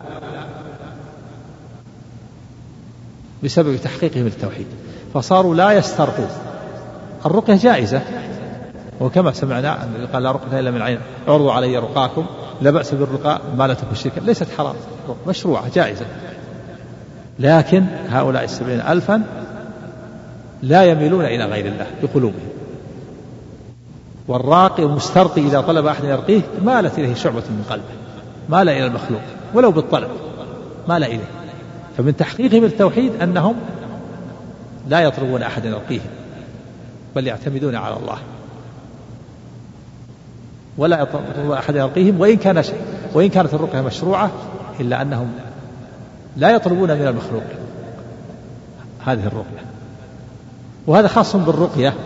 بسبب تحقيقهم للتوحيد، فصاروا لا يسترقون. الرقية جائزة، وكما سمعنا أن قال لا رقية إلا من عين، عرضوا علي رقاكم، لا بأس بالرقاء ما لا تكن شركا، ليست حرام، مشروعة جائزة. لكن هؤلاء 70,000 لا يميلون إلى غير الله بقلوبهم. والراقي المسترقي إذا طلب أحد يرقيه مالت إليه شعبة من قلبه، مال إلى المخلوق ولو بالطلب، مال إليه. فمن تحقيقهم التوحيد أنهم لا يطلبون أحد يرقيهم، بل يعتمدون على الله، ولا يطلبون أحد يرقيهم وإن كان وإن كانت الرقية مشروعة إلا أنهم لا يطلبون من المخلوق هذه الرقية. وهذا خاص بالرقية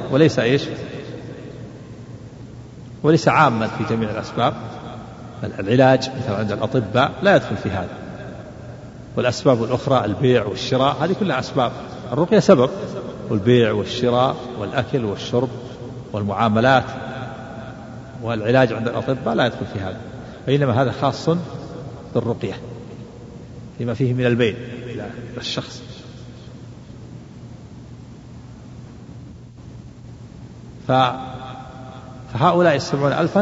وليس عاما في جميع الأسباب. العلاج مثلا عند الأطباء لا يدخل في هذا، والأسباب الأخرى البيع والشراء هذه كلها أسباب. الرقية سبب، والبيع والشراء والأكل والشرب والمعاملات والعلاج عند الأطباء لا يدخل في هذا، بينما هذا خاص بالرقية فيما فيه من البين إلى الشخص. فهؤلاء 70,000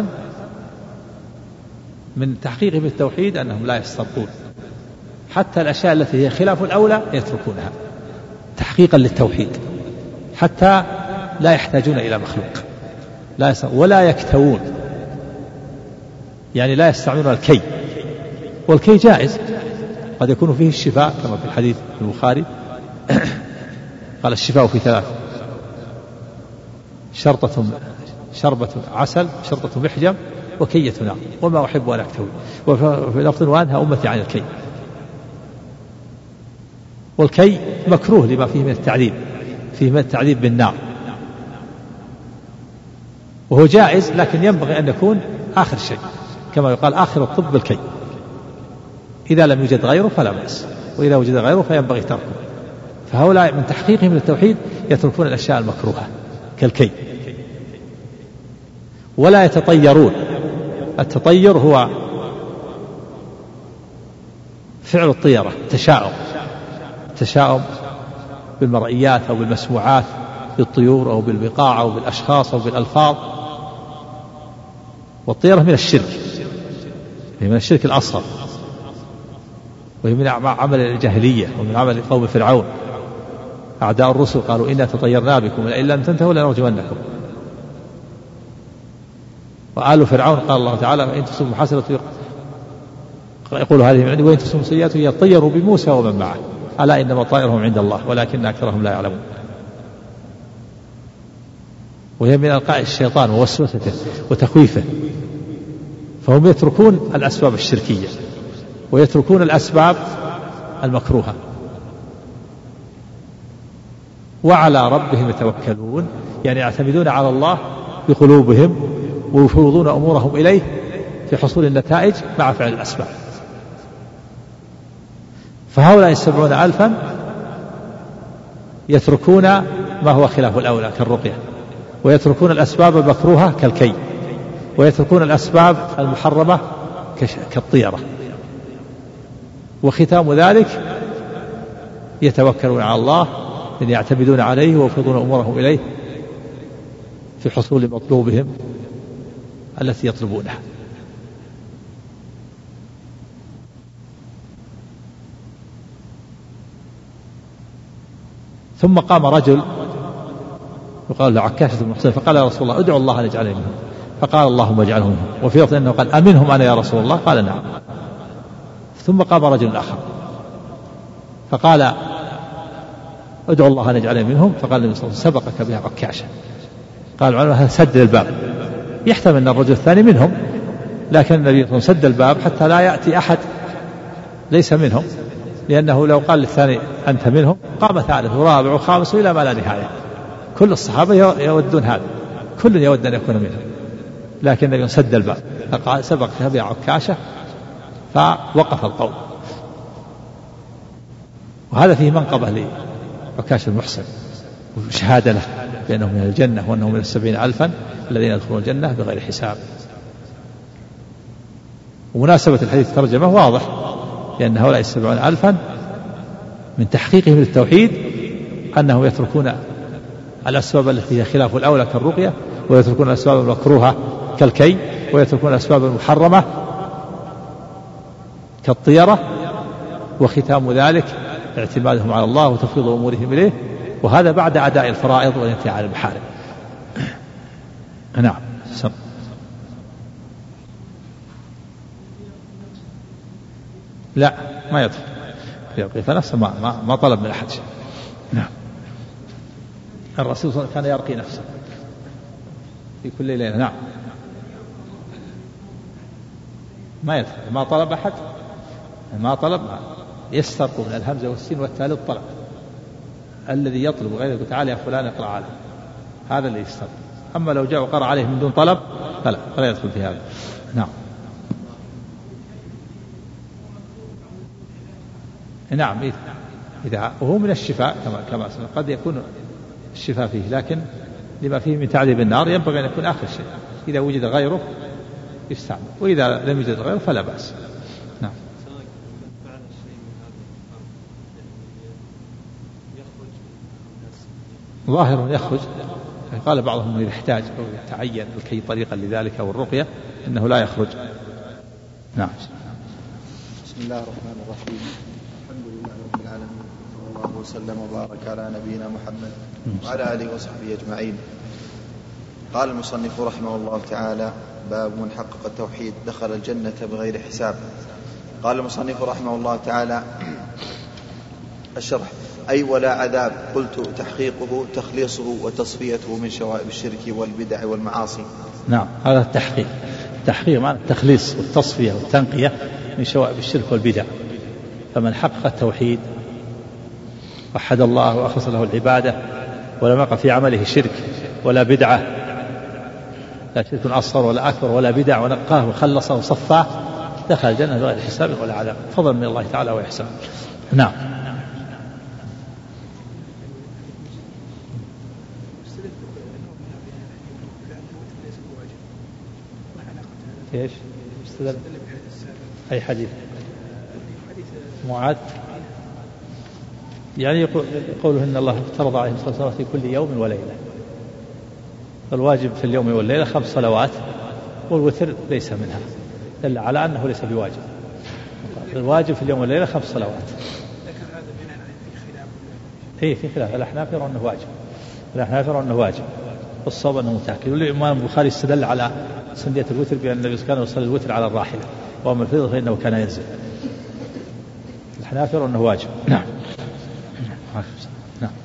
من تحقيقهم التوحيد أنهم لا يسترقون، حتى الأشياء التي هي خلاف الأولى يتركونها تحقيقا للتوحيد، حتى لا يحتاجون إلى مخلوق، ولا يكتوون، يعني لا يستعملون الكي. والكي جائز، قد يكون فيه الشفاء كما في الحديث في البخاري قال الشفاء في 3: شربة عسل، شرطة محجم، وكية نار، وما أحب أن أكتوي. وفي لفظ وأنهى أمتي عن الكي. والكي مكروه لما فيه من التعذيب، فيه من التعذيب بالنار، وهو جائز لكن ينبغي أن يكون آخر شيء، كما يقال آخر الطب الكي، إذا لم يوجد غيره فلا بأس، وإذا وجد غيره فينبغي تركه. فهؤلاء من تحقيقهم للتوحيد يتركون الأشياء المكروهة كالكي، ولا يتطيرون. التطير هو فعل الطيرة، تشاؤم بالمرئيات أو بالمسموعات، بالطيور أو بالبقاع أو بالأشخاص أو بالألفاظ. والطيرة من الشرك، هي من الشرك الأصغر، وهي من عمل الجاهلية ومن عمل قوم فرعون. أعداء الرسل قالوا إنا تطيرنا بكم لئن لم تنتهوا لنرجمنكم. وآل فرعون قال الله تعالى إن تصبوا حسنة يقول هذه من عندي وإن تصبوا سيئة يطيروا بموسى ومن معه ألا إنما طائرهم عند الله ولكن أكثرهم لا يعلمون. وهي من ألقاء الشيطان ووسوسته وتخويفه. فهم يتركون الأسباب الشركية ويتركون الأسباب المكروهة، وعلى ربهم يتوكلون، يعني يعتمدون على الله بقلوبهم ويفوضون أمورهم إليه في حصول النتائج مع فعل الأسباب. فهؤلاء 70,000 يتركون ما هو خلاف الأولى كالرقية، ويتركون الأسباب المكروهة كالكي، ويتركون الأسباب المحرمة كالطيرة. وختام ذلك يتوكلون على الله، يعني يعتمدون عليه ويفوضون أمورهم إليه في حصول مطلوبهم التي يطلبونها. ثم قام رجل يقال له عكاشة بن محصن فقال يا رسول الله ادعو الله أن يجعلني منهم، فقال اللهم اجعله منهم. وفي لفظ أنه قال أمنهم أنا يا رسول الله؟ قال نعم. ثم قام رجل آخر فقال ادعو الله أن يجعلني منهم، فقال النبي صلى الله عليه وسلم سبقك بها عكاشة. قال العلماء سد الباب، يحتمل أن الرجل الثاني منهم، لكن النبي صلى الله عليه وسلم سد الباب حتى لا يأتي أحد ليس منهم، لأنه لو قال للثاني أنت منهم قام ثالث ورابع وخامس إلى ما لا نهاية. كل الصحابة يودون هذا، كل يود أن يكون منهم، لكن النبي سد الباب فقال سبقك بها عكاشة، فوقف القوم. وهذا فيه منقبة لعكاشة المحسن وشهادة له بأنه من الجنة وأنه من 70,000 الذين يدخلون الجنة بغير حساب. ومناسبة الحديث ترجمة واضح، لأن هؤلاء 70,000 من تحقيقهم للتوحيد أنهم يتركون الأسباب التي هي خلاف الأولى كالرقية، ويتركون الأسباب المكروهة كالكي، ويتركون الأسباب المحرمة كالطيرة. وختام ذلك اعتمادهم على الله وتفويض أمورهم إليه، وهذا بعد أداء الفرائض والانتهاء عن المحارم. نعم. لا ما يدخل يرقي فنفسه، ما طلب من أحد شيء. نعم. الرسول صلى الله عليه وسلم كان يرقي نفسه في كل ليلة. نعم. ما يدخل، ما طلب أحد، ما طلب يسترق من الهمزة والسين والتالي الطلب. الذي يطلب غيره تعالى يا فلان اقرأ عليه، هذا اللي يسترق. أما لو جاء وقرأ عليه من دون طلب فلا يدخل في هذا. نعم. نعم إذا وهو من الشفاء كما قد يكون الشفاء فيه، لكن لما فيه من تعذيب النار ينبغي أن يكون آخر شيء. إذا وجد غيره يستعمل، وإذا لم يوجد غيره فلا بأس. نعم. ظاهر يخرج، قال بعضهم إذا احتاج أو يتعين لكي طريقا لذلك أو الرقية إنه لا يخرج. نعم. بسم الله الرحمن الرحيم. الحمد لله رب العالمين، صلى الله وسلم وبارك على نبينا محمد وعلى آله وصحبه أجمعين. قال المصنف رحمه الله تعالى: باب من حقق التوحيد دخل الجنة بغير حساب. قال المصنف رحمه الله تعالى: الشرح: أي ولا عذاب. قلت: تحقيقه تخليصه وتصفيته من شوائب الشرك والبدع والمعاصي. نعم، هذا التحقيق. التحقيق معنى التخليص والتصفية والتنقية من شوائب الشرك والبدع. فمن حقق التوحيد وحد الله وأخلص له العبادة ولم يقع في عمله شرك ولا بدعة، لا شرك أصغر ولا أكبر ولا بدع، ونقاه وخلصه وصفاه، دخل الجنة بغير حساب ولا عذاب، فضلا من الله تعالى وإحسان. نعم. ايش استدل؟ اي حديث؟ معاذ يعني يقوله ان الله افترض عليهم 5 صلوات في كل يوم وليله، فالواجب في اليوم والليله 5 صلوات، والوتر ليس منها، دل على انه ليس بواجب. الواجب في اليوم والليله 5 صلوات. لكن هذا بناء على خلاف. في خلاف. الاحناف يرون انه واجب، الاحناف يرون انه واجب، والصواب انه متاكد. والامام البخاري استدل على سنية الوتر بأن النبي كان يصلي الوتر على الراحلة، وأما الفريضة فإنه كان ينزل. الحنافية أنه واجب. نعم. نعم.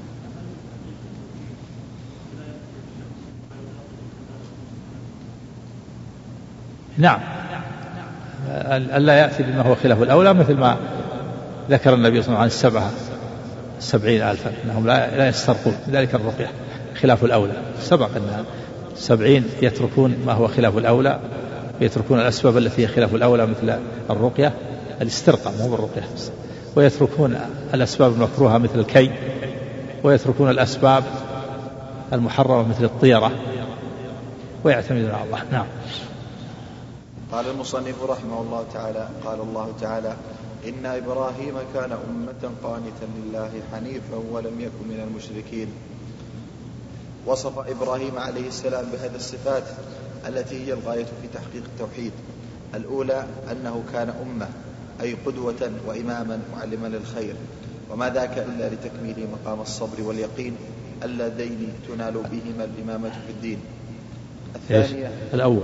نعم. ألا يأتي بما هو خلاف الأولى، مثل ما ذكر النبي صلى الله عليه وسلم عن 70,000 أنهم لا يسترقون، ذلك الرقية خلاف الأولى. سبق أن 70 يتركون ما هو خلاف الأولى، ويتركون الأسباب التي هي خلاف الأولى مثل الرقية الاسترقاء، مو بالرقية، ويتركون الأسباب المكروهة مثل الكي، ويتركون الأسباب المحرمة مثل الطيرة، ويعتمدون على الله. نعم. قال المصنف رحمه الله تعالى: قال الله تعالى: إن إبراهيم كان أمة قانتا لله حنيفا ولم يكن من المشركين. وصف إبراهيم عليه السلام بهذه الصفات التي هي الغاية في تحقيق التوحيد. الأولى أنه كان أمة، أي قدوة وإماما معلما للخير، وما ذاك إلا لتكميل مقام الصبر واليقين اللذين تنال بهما الإمامة في الدين. الثانية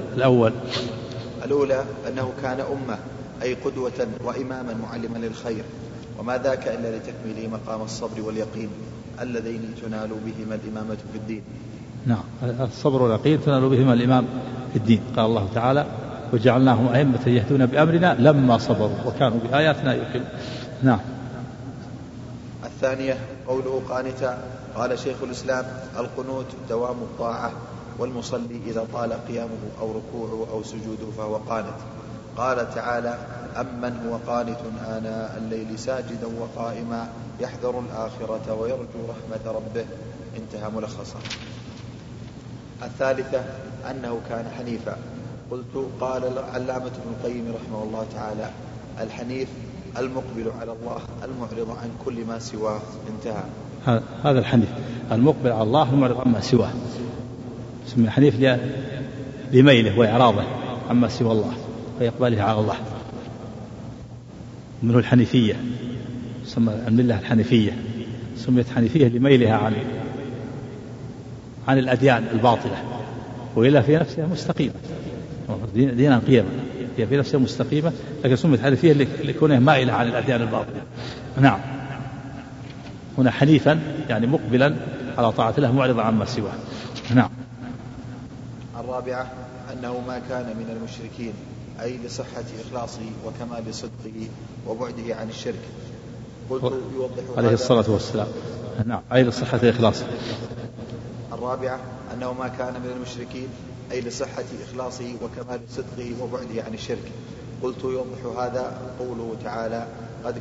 الأولى أنه كان أمة، أي قدوة وإماما معلما للخير، وما ذاك إلا لتكميل مقام الصبر واليقين اللذين تنال بهما الإمامة في الدين. نعم، الصبر واليقين تنال بهما الإمام في الدين. قال الله تعالى: وجعلناهم أئمة يهدون بأمرنا لما صبروا وكانوا بآياتنا يوقنون. نعم. الثانية قوله قانتا. قال شيخ الإسلام: القنوت دوام الطاعة، والمصلي إذا طال قيامه أو ركوعه أو سجوده فهو قانت. قال تعالى: أمن هو قانت آناء الليل ساجدا وقائما يحذر الآخرة ويرجو رحمة ربه. انتهى ملخصا. الثالثة أنه كان حنيفا. قلت: قال العلامة ابن القيم رحمه الله تعالى: الحنيف المقبل على الله المعرض عن كل ما سواه. انتهى. هذا الحنيف المقبل على الله المعرض عما سواه، اسمه حنيف لميله وإعراضه عما سوى الله وإقباله على الله، منه الحنيفية، سمى الملة الحنيفية، سميت حنيفية لميلها عن الأديان الباطلة، وإلا في نفسها مستقيمة، دينا قيما، هي في نفسها مستقيمة، لكن سميت حنيفية لكونها مائلة عن الأديان الباطلة. نعم. هنا حنيفا يعني مقبلا على طاعة الله معرضا عما سواه. نعم. الرابعة أنه ما كان من المشركين، أي لصحة إخلاصه وكمال صدقه وبعده عن الشرك. قلت يوضح عليه الصلاة والسلام. نعم، أي لصحة إخلاصه. الرابعة أنه ما كان من المشركين أي لصحة إخلاصه وكمال صدقه وبعده عن الشرك. قلت يوضح هذا قوله تعالى قد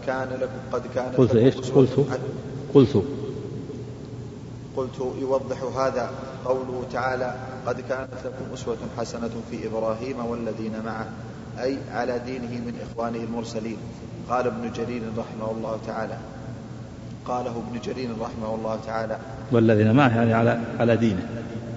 يوضح هذا قوله تعالى قد كانت لكم أسوة حسنة في إبراهيم والذين معه أي على دينه من إخوانه المرسلين. قاله ابن جرير رحمه الله تعالى والذين معه يعني على دينه.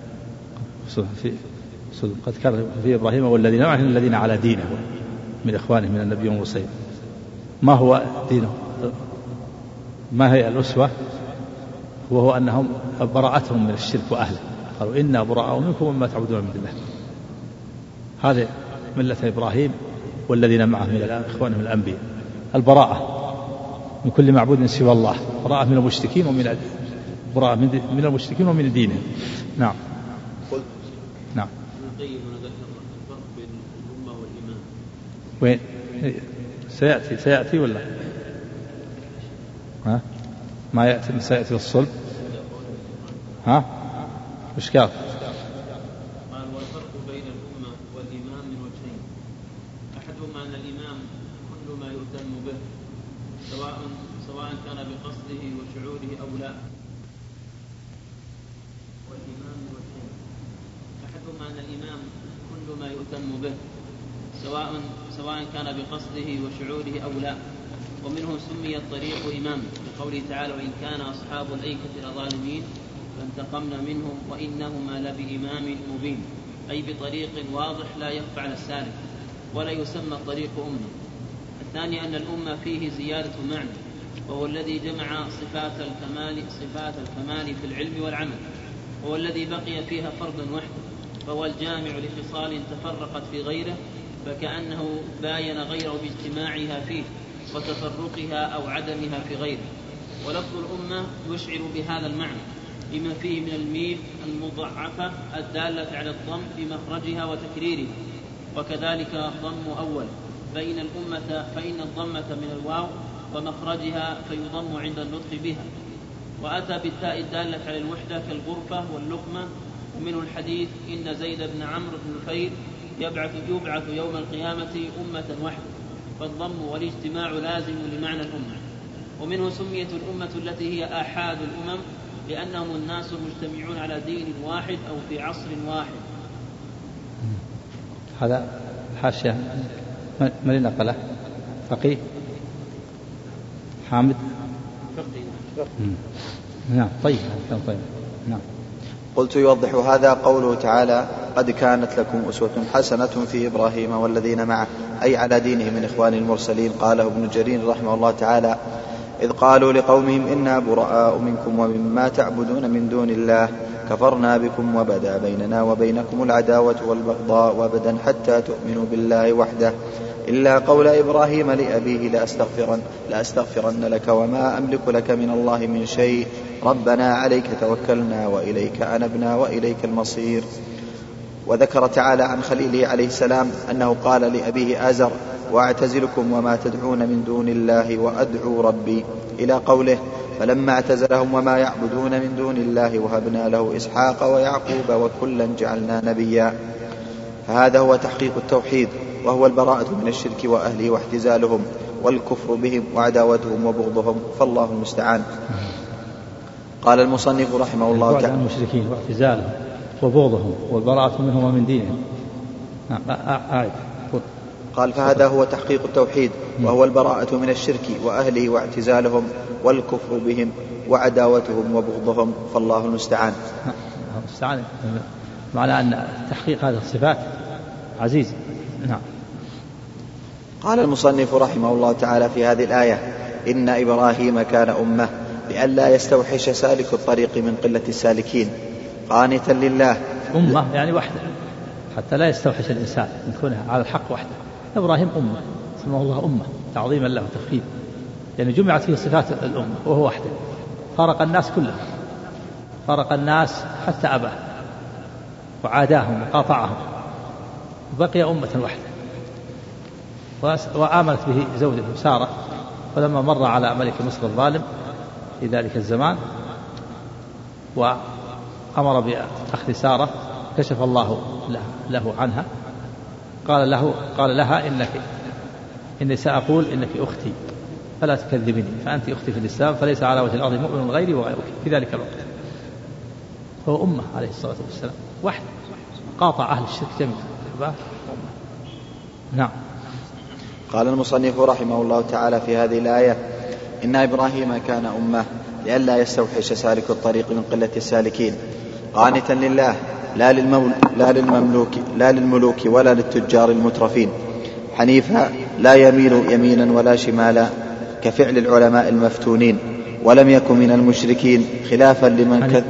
قد كان في إبراهيم والذين معه الذين على دينه من إخوانه من النبي والمرسلين. ما هو دينه؟ ما هي الأسوة؟ وهو أنهم براءتهم من الشرك وأهله، قالوا إنا براء منكم ومما تعبدون من الله. هذه ملة إبراهيم والذين معه من إخوانهم الأنبياء، البراءة من كل معبود سوى الله، براءة من المشركين من المشركين ومن دينهم. نعم. نعم. وين سيأتي ولا ها ما يأتي سيأتي الصلب وش قال؟ قال والفرق بين الأمة والإمام من وجهين، أحدهما أن الإمام كل ما يهتم به سواء كان بقصده وشعوره أو لا. والإمام من وجهين، أحدهما أن الإمام كل ما يهتم به سواء كان بقصده وشعوره أو لا، ومنه سمي الطريق إمام بقوله تعالى وإن كان أصحاب الأيكة لظالمين فانتقمنا منهم وإنهما لبإمام مبين، أي بطريق واضح لا يخفى على السالك، ولا يسمى الطريق أمة. الثاني أن الأمة فيه زيادة معنى، وهو الذي جمع صفات الكمال في العلم والعمل، وهو الذي بقي فيها فردا وحده، فهو الجامع لخصال تفرقت في غيره، فكأنه باين غيره باجتماعها فيه وتفرقها أو عدمها في غيره. ولفظ الأمة يشعر بهذا المعنى لما فيه من الميم المضعفة الدالة على الضم في مخرجها وتكريرها، وكذلك ضم أول فإن الضمة من الواو ومخرجها فيضم عند النطق بها. وأتى بالتاء الدالة على الوحدة كالغرفة واللقمة. ومنه الحديث إن زيد بن عمرو بن نفيل يبعث يوم القيامة أمة واحدة، فالضم والاجتماع لازم لمعنى الأمة. ومنه سميت الأمة التي هي آحاد الأمم لأنهم الناس مجتمعون على دين واحد أو في عصر واحد. هذا حاشية من نقله؟ فقيه حامد. نعم. طيب. نعم. قلت يوضح هذا قوله تعالى قد كانت لكم أسوة حسنة في إبراهيم والذين معه أي على دينه من إخوان المرسلين. قاله ابن جرير رحمه الله تعالى إذ قالوا لقومهم إنا براء منكم ومما تعبدون من دون الله كفرنا بكم وبدا بيننا وبينكم العداوة والبغضاء وابدا حتى تؤمنوا بالله وحده إلا قول إبراهيم لأبيه لأستغفرن لك وما أملك لك من الله من شيء ربنا عليك توكلنا وإليك أنبنا وإليك المصير. وذكر تعالى عن خليله عليه السلام أنه قال لأبيه آزر وأعتزلكم وما تدعون من دون الله وأدعو ربي إلى قوله فلما اعتزلهم وما يعبدون من دون الله وهبنا له إسحاق ويعقوب وكلا جعلنا نبيا. فهذا هو تحقيق التوحيد، وهو البراءة من الشرك وأهله واحتزالهم والكفر بهم وعداوتهم وبغضهم، فالله المستعان. قال المصنف رحمه الله تعالى المشركين واحتزالهم وبغضهم والبراءة منهم ومن دينهم. قال فهذا هو تحقيق التوحيد، وهو البراءة من الشرك وأهله واعتزالهم والكفر بهم وعداوتهم وبغضهم، فالله المستعان. معنى أن تحقيق هذه الصفات عزيز. نعم. قال المصنف رحمه الله تعالى في هذه الآية إن إبراهيم كان أمة لئلا يستوحش سالك الطريق من قلة السالكين قانتا لله. أمة يعني وحده حتى لا يستوحش الإنسان من كونها على الحق وحده. إبراهيم أمة سماه الله أمة تعظيما له وتفخيما، يعني جمعت فيه صفات الأمة وهو وحده. فارق الناس كلهم، فارق الناس حتى أباه وعاداهم وقاطعهم، وبقي أمة وحده. وآمنت به زوجته سارة. فلما مر على ملك مصر الظالم في ذلك الزمان وأمر بأخذ سارة كشف الله له عنها، قال لها إني سأقول إنك أختي فلا تكذبني، فأنت أختي في الإسلام، فليس على وجه الأرض مؤمن غيري وغيرك في ذلك الوقت. هو أمة عليه الصلاة والسلام واحد، قاطع أهل الشرك جميعا. نعم. قال المصنف رحمه الله تعالى في هذه الآية: إن إبراهيم كان أمة لئلا يستوحش سالك الطريق من قلة السالكين، قانتا لله لا للملوك ولا للتجار المترفين، حنيفا لا يميل يمينا ولا شمالا كفعل العلماء المفتونين، ولم يكن من المشركين خلافا لمن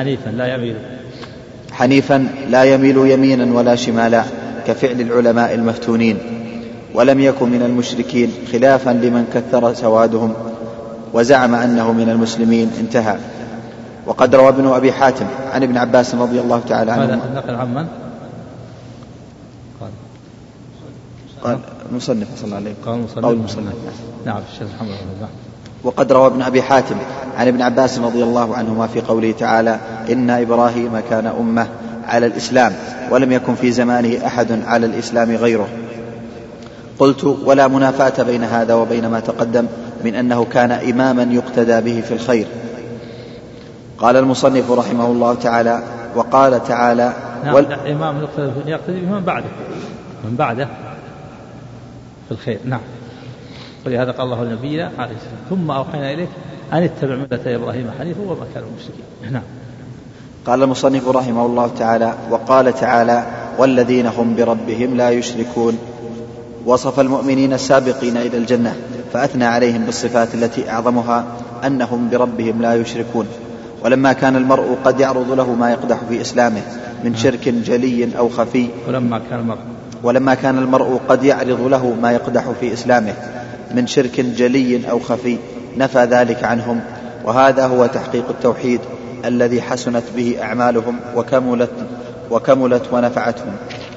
حنيفا لا يميل يمينا ولا شمالا كفعل العلماء المفتونين، ولم يكن من المشركين خلافا لمن كثر سوادهم وزعم أنه من المسلمين. انتهى. وقد روى ابن أبي حاتم عن ابن عباس رضي الله تعالى عنه. هذا نقل عمن؟ قال المصنف صلى الله عليه قال المصنف. نعم الشيخ محمد بن. وقد روى ابن أبي حاتم عن ابن عباس رضي الله عنهما في قوله تعالى: إن إبراهيم كان أمة على الإسلام ولم يكن في زمانه أحد على الإسلام غيره. قلت: ولا منافاة بين هذا وبين ما تقدم من أنه كان إماما يقتدى به في الخير. قال المصنف رحمه الله تعالى: وقال تعالى: إمام يقتدي به من بعده في الخير. نعم. ولهذا قال الله لنبينا عليه السلام: ثم أوحينا إليك أن اتبع ملة إبراهيم حنيفا وما كان من المشركين. نعم. قال المصنف رحمه الله تعالى: وقال تعالى: والذين هم بربهم لا يشركون. وصف المؤمنين السابقين إلى الجنة فأثنى عليهم بالصفات التي أعظمها أنهم بربهم لا يشركون. ولما كان المرء قد يعرض له ما يقدح في إسلامه من شرك جلي أو خفي ولما كان المرء قد يعرض له ما يقدح في إسلامه من شرك جلي أو خفي نفى ذلك عنهم، وهذا هو تحقيق التوحيد الذي حسنت به أعمالهم وكملت ونفعتهم.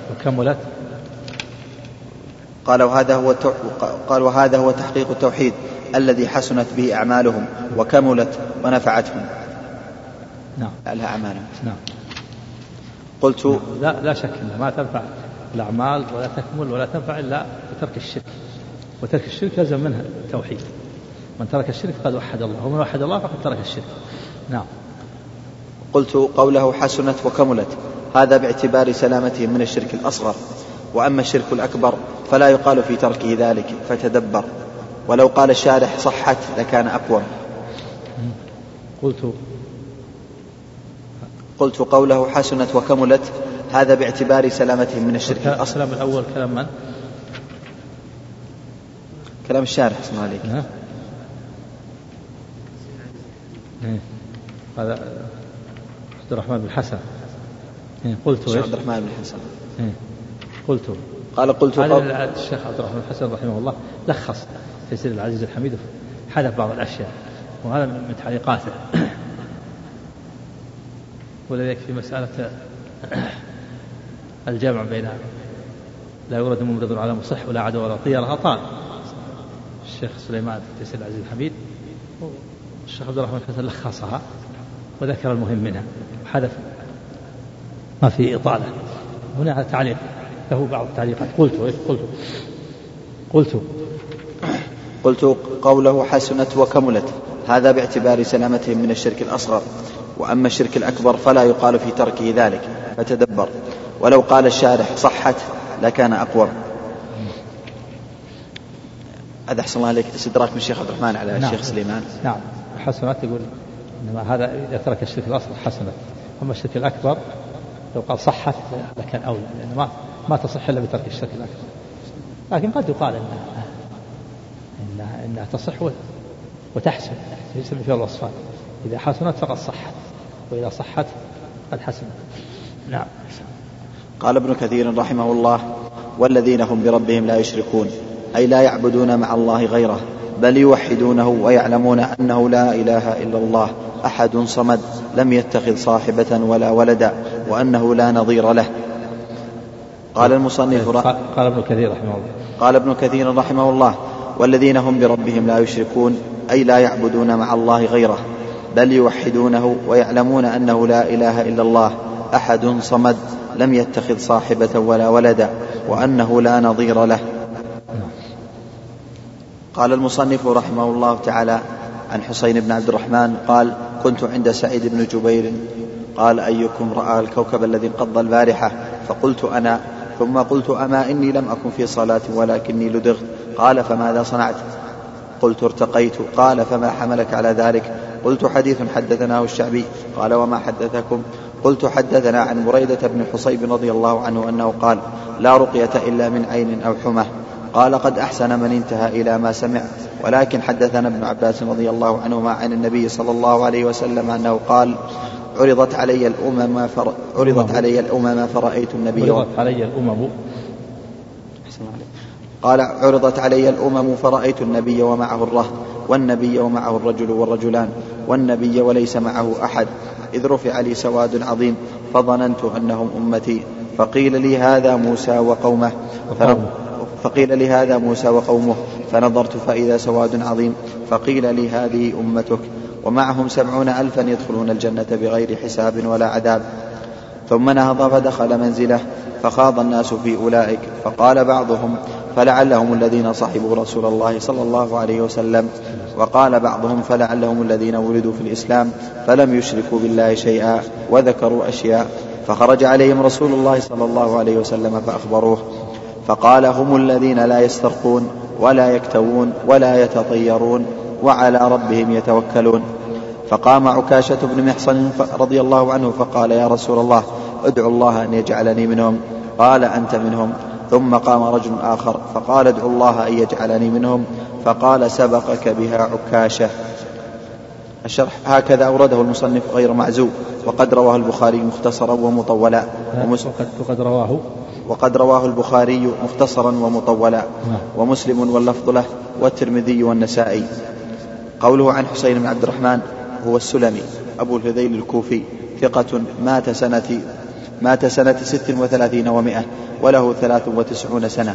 قال: وهذا هو تحقيق التوحيد الذي حسنت به أعمالهم وكملت ونفعتهم. نعم. لها أعمالهم. نعم. قلت: لا شك أنها ما تنفع الأعمال ولا تكمل ولا تنفع إلا بترك الشرك، وترك الشرك لازم منها التوحيد. من ترك الشرك فقد وحد الله، ومن وحد الله فقد ترك الشرك. نعم. قلت: قوله حسنت وكملت هذا باعتبار سلامتهم من الشرك الأصغر، وأما الشرك الأكبر فلا يقال في تركه ذلك فتدبر، ولو قال الشارح صحت لكان أقوم. قلت: قوله حسنت وكملت هذا باعتبار سلامتهم من الشرك الأصغر. الكلام الأول كلام من؟ كلام الشارح اسمه عليك. هذا عبد الرحمن بن حسن. قلت عبد الرحمن بن حسن. قلت هذا الشيخ عبد الرحمن بن حسن رحمه الله لخص تيسير العزيز الحميد، حذف بعض الأشياء، وهذا من تعليقاته. ولذلك في مسألة الجمع بين لا يورد ممرض على مصح ولا عدو ولا طيرة أطال الشيخ سليمان في تيسير العزيز الحميد، والشيخ عبد الرحمن حسن لخصها وذكر المهم منها وحذف ما في إطالة. هنا تعليق له بعض التعليقات. قلت: قوله حسنت وكملت هذا باعتبار سلامتهم من الشرك الأصغر، وأما الشرك الأكبر فلا يقال في تركه ذلك فتدبر، ولو قال الشارح صحت لكان أقوم. هذا أحسن الله عليك استدراك من الشيخ عبد الرحمن على الشيخ سليمان. نعم. حسنت يقول إنما هذا إذا ترك الشرك الأصغر حسنت، أما الشرك الأكبر لو قال صحت لكان أولى، لأن ما تصح إلا بترك الشرك الأكبر. لكن قد يقال إنها تصح وتحسن، يسمى فيها الوصفان، إذا حسنت فقد صحت، وإذا صحت قد حسنت. نعم. قال ابن كثير رحمه الله: والذين هم بربهم لا يشركون، أي لا يعبدون مع الله غيره، بل يوحدونه ويعلمون أنه لا إله إلا الله أحد صمد لم يتخذ صاحبة ولا ولدا، وأنه لا نظير له. قال المصنف قال ابن كثير رحمه الله. قال ابن كثير رحمه الله: والذين هم بربهم لا يشركون، أي لا يعبدون مع الله غيره، بل يوحدونه ويعلمون أنه لا إله إلا الله أحد صمد لم يتخذ صاحبة ولا ولدا، وأنه لا نظير له. قال المصنف رحمه الله تعالى عن حسين بن عبد الرحمن قال: كنت عند سعيد بن جبير قال: أيكم رأى الكوكب الذي انقض البارحة؟ فقلت: أنا. ثم قلت: أما إني لم أكن في صلاة ولكني لدغت. قال: فماذا صنعت؟ قلت: ارتقيت. قال: فما حملك على ذلك؟ قلت: حديث حدثناه الشعبي. قال: وما حدثكم؟ قلت: حدثنا عن بريدة بن حصيب رضي الله عنه أنه قال: لا رقية إلا من عين أو حمى. قال: قد أحسن من انتهى إلى ما سمع. ولكن حدثنا ابن عباس رضي الله عنهما عن النبي صلى الله عليه وسلم أنه قال: عرضت علي الأمم فرأيت النبي. قال: عرضت علي الأمم فرأيت النبي ومعه الرهط، والنبي ومعه الرجل والرجلان، والنبي وليس معه أحد، إذ رفع لي سواد عظيم فظننت أنهم أمتي. فقيل لي: هذا موسى وقومه. فنظرت فإذا سواد عظيم. فقيل لي: هذه أمتك، ومعهم 70,000 يدخلون الجنة بغير حساب ولا عذاب. ثم نهض فدخل منزله، فخاض الناس في أولئك، فقال بعضهم: فلعلهم الذين صحبوا رسول الله صلى الله عليه وسلم. وقال بعضهم: فلعلهم الذين ولدوا في الإسلام فلم يشركوا بالله شيئا، وذكروا أشياء. فخرج عليهم رسول الله صلى الله عليه وسلم فأخبروه، فقال: هم الذين لا يسترقون ولا يكتوون ولا يتطيرون وعلى ربهم يتوكلون. فقام عكاشة بن محصن رضي الله عنه فقال: يا رسول الله، ادعو الله أن يجعلني منهم. قال: أنت منهم. ثم قام رجل آخر فقال: ادعو الله أن يجعلني منهم. فقال: سبقك بها عكاشة. الشرح: هكذا أورده المصنف غير معزو، وقد رواه البخاري مختصرا ومطولا، وقد رواه البخاري مختصرا ومطولا، ومسلم واللفظ له، والترمذي والنسائي. قوله عن حسين بن عبد الرحمن هو السلمي أبو الهذيل الكوفي، ثقة، مات سنة 36 و100، وله 93 سنة.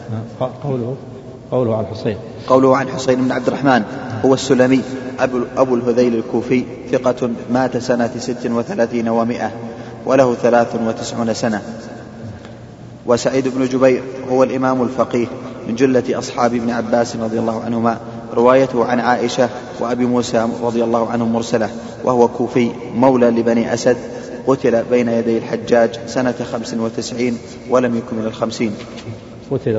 قوله عن حسين بن عبد الرحمن هو السلمي أبو الهذيل الكوفي، ثقة، مات سنة 36 و100، وله 93 سنة. وسعيد بن جبير هو الإمام الفقيه من جلة أصحاب ابن عباس رضي الله عنهما، روايته عن عائشة وأبي موسى رضي الله عنهم مرسلة، وهو كوفي مولى لبني أسد، قتل بين يدي الحجاج سنة 95 ولم يكمل 50. قتل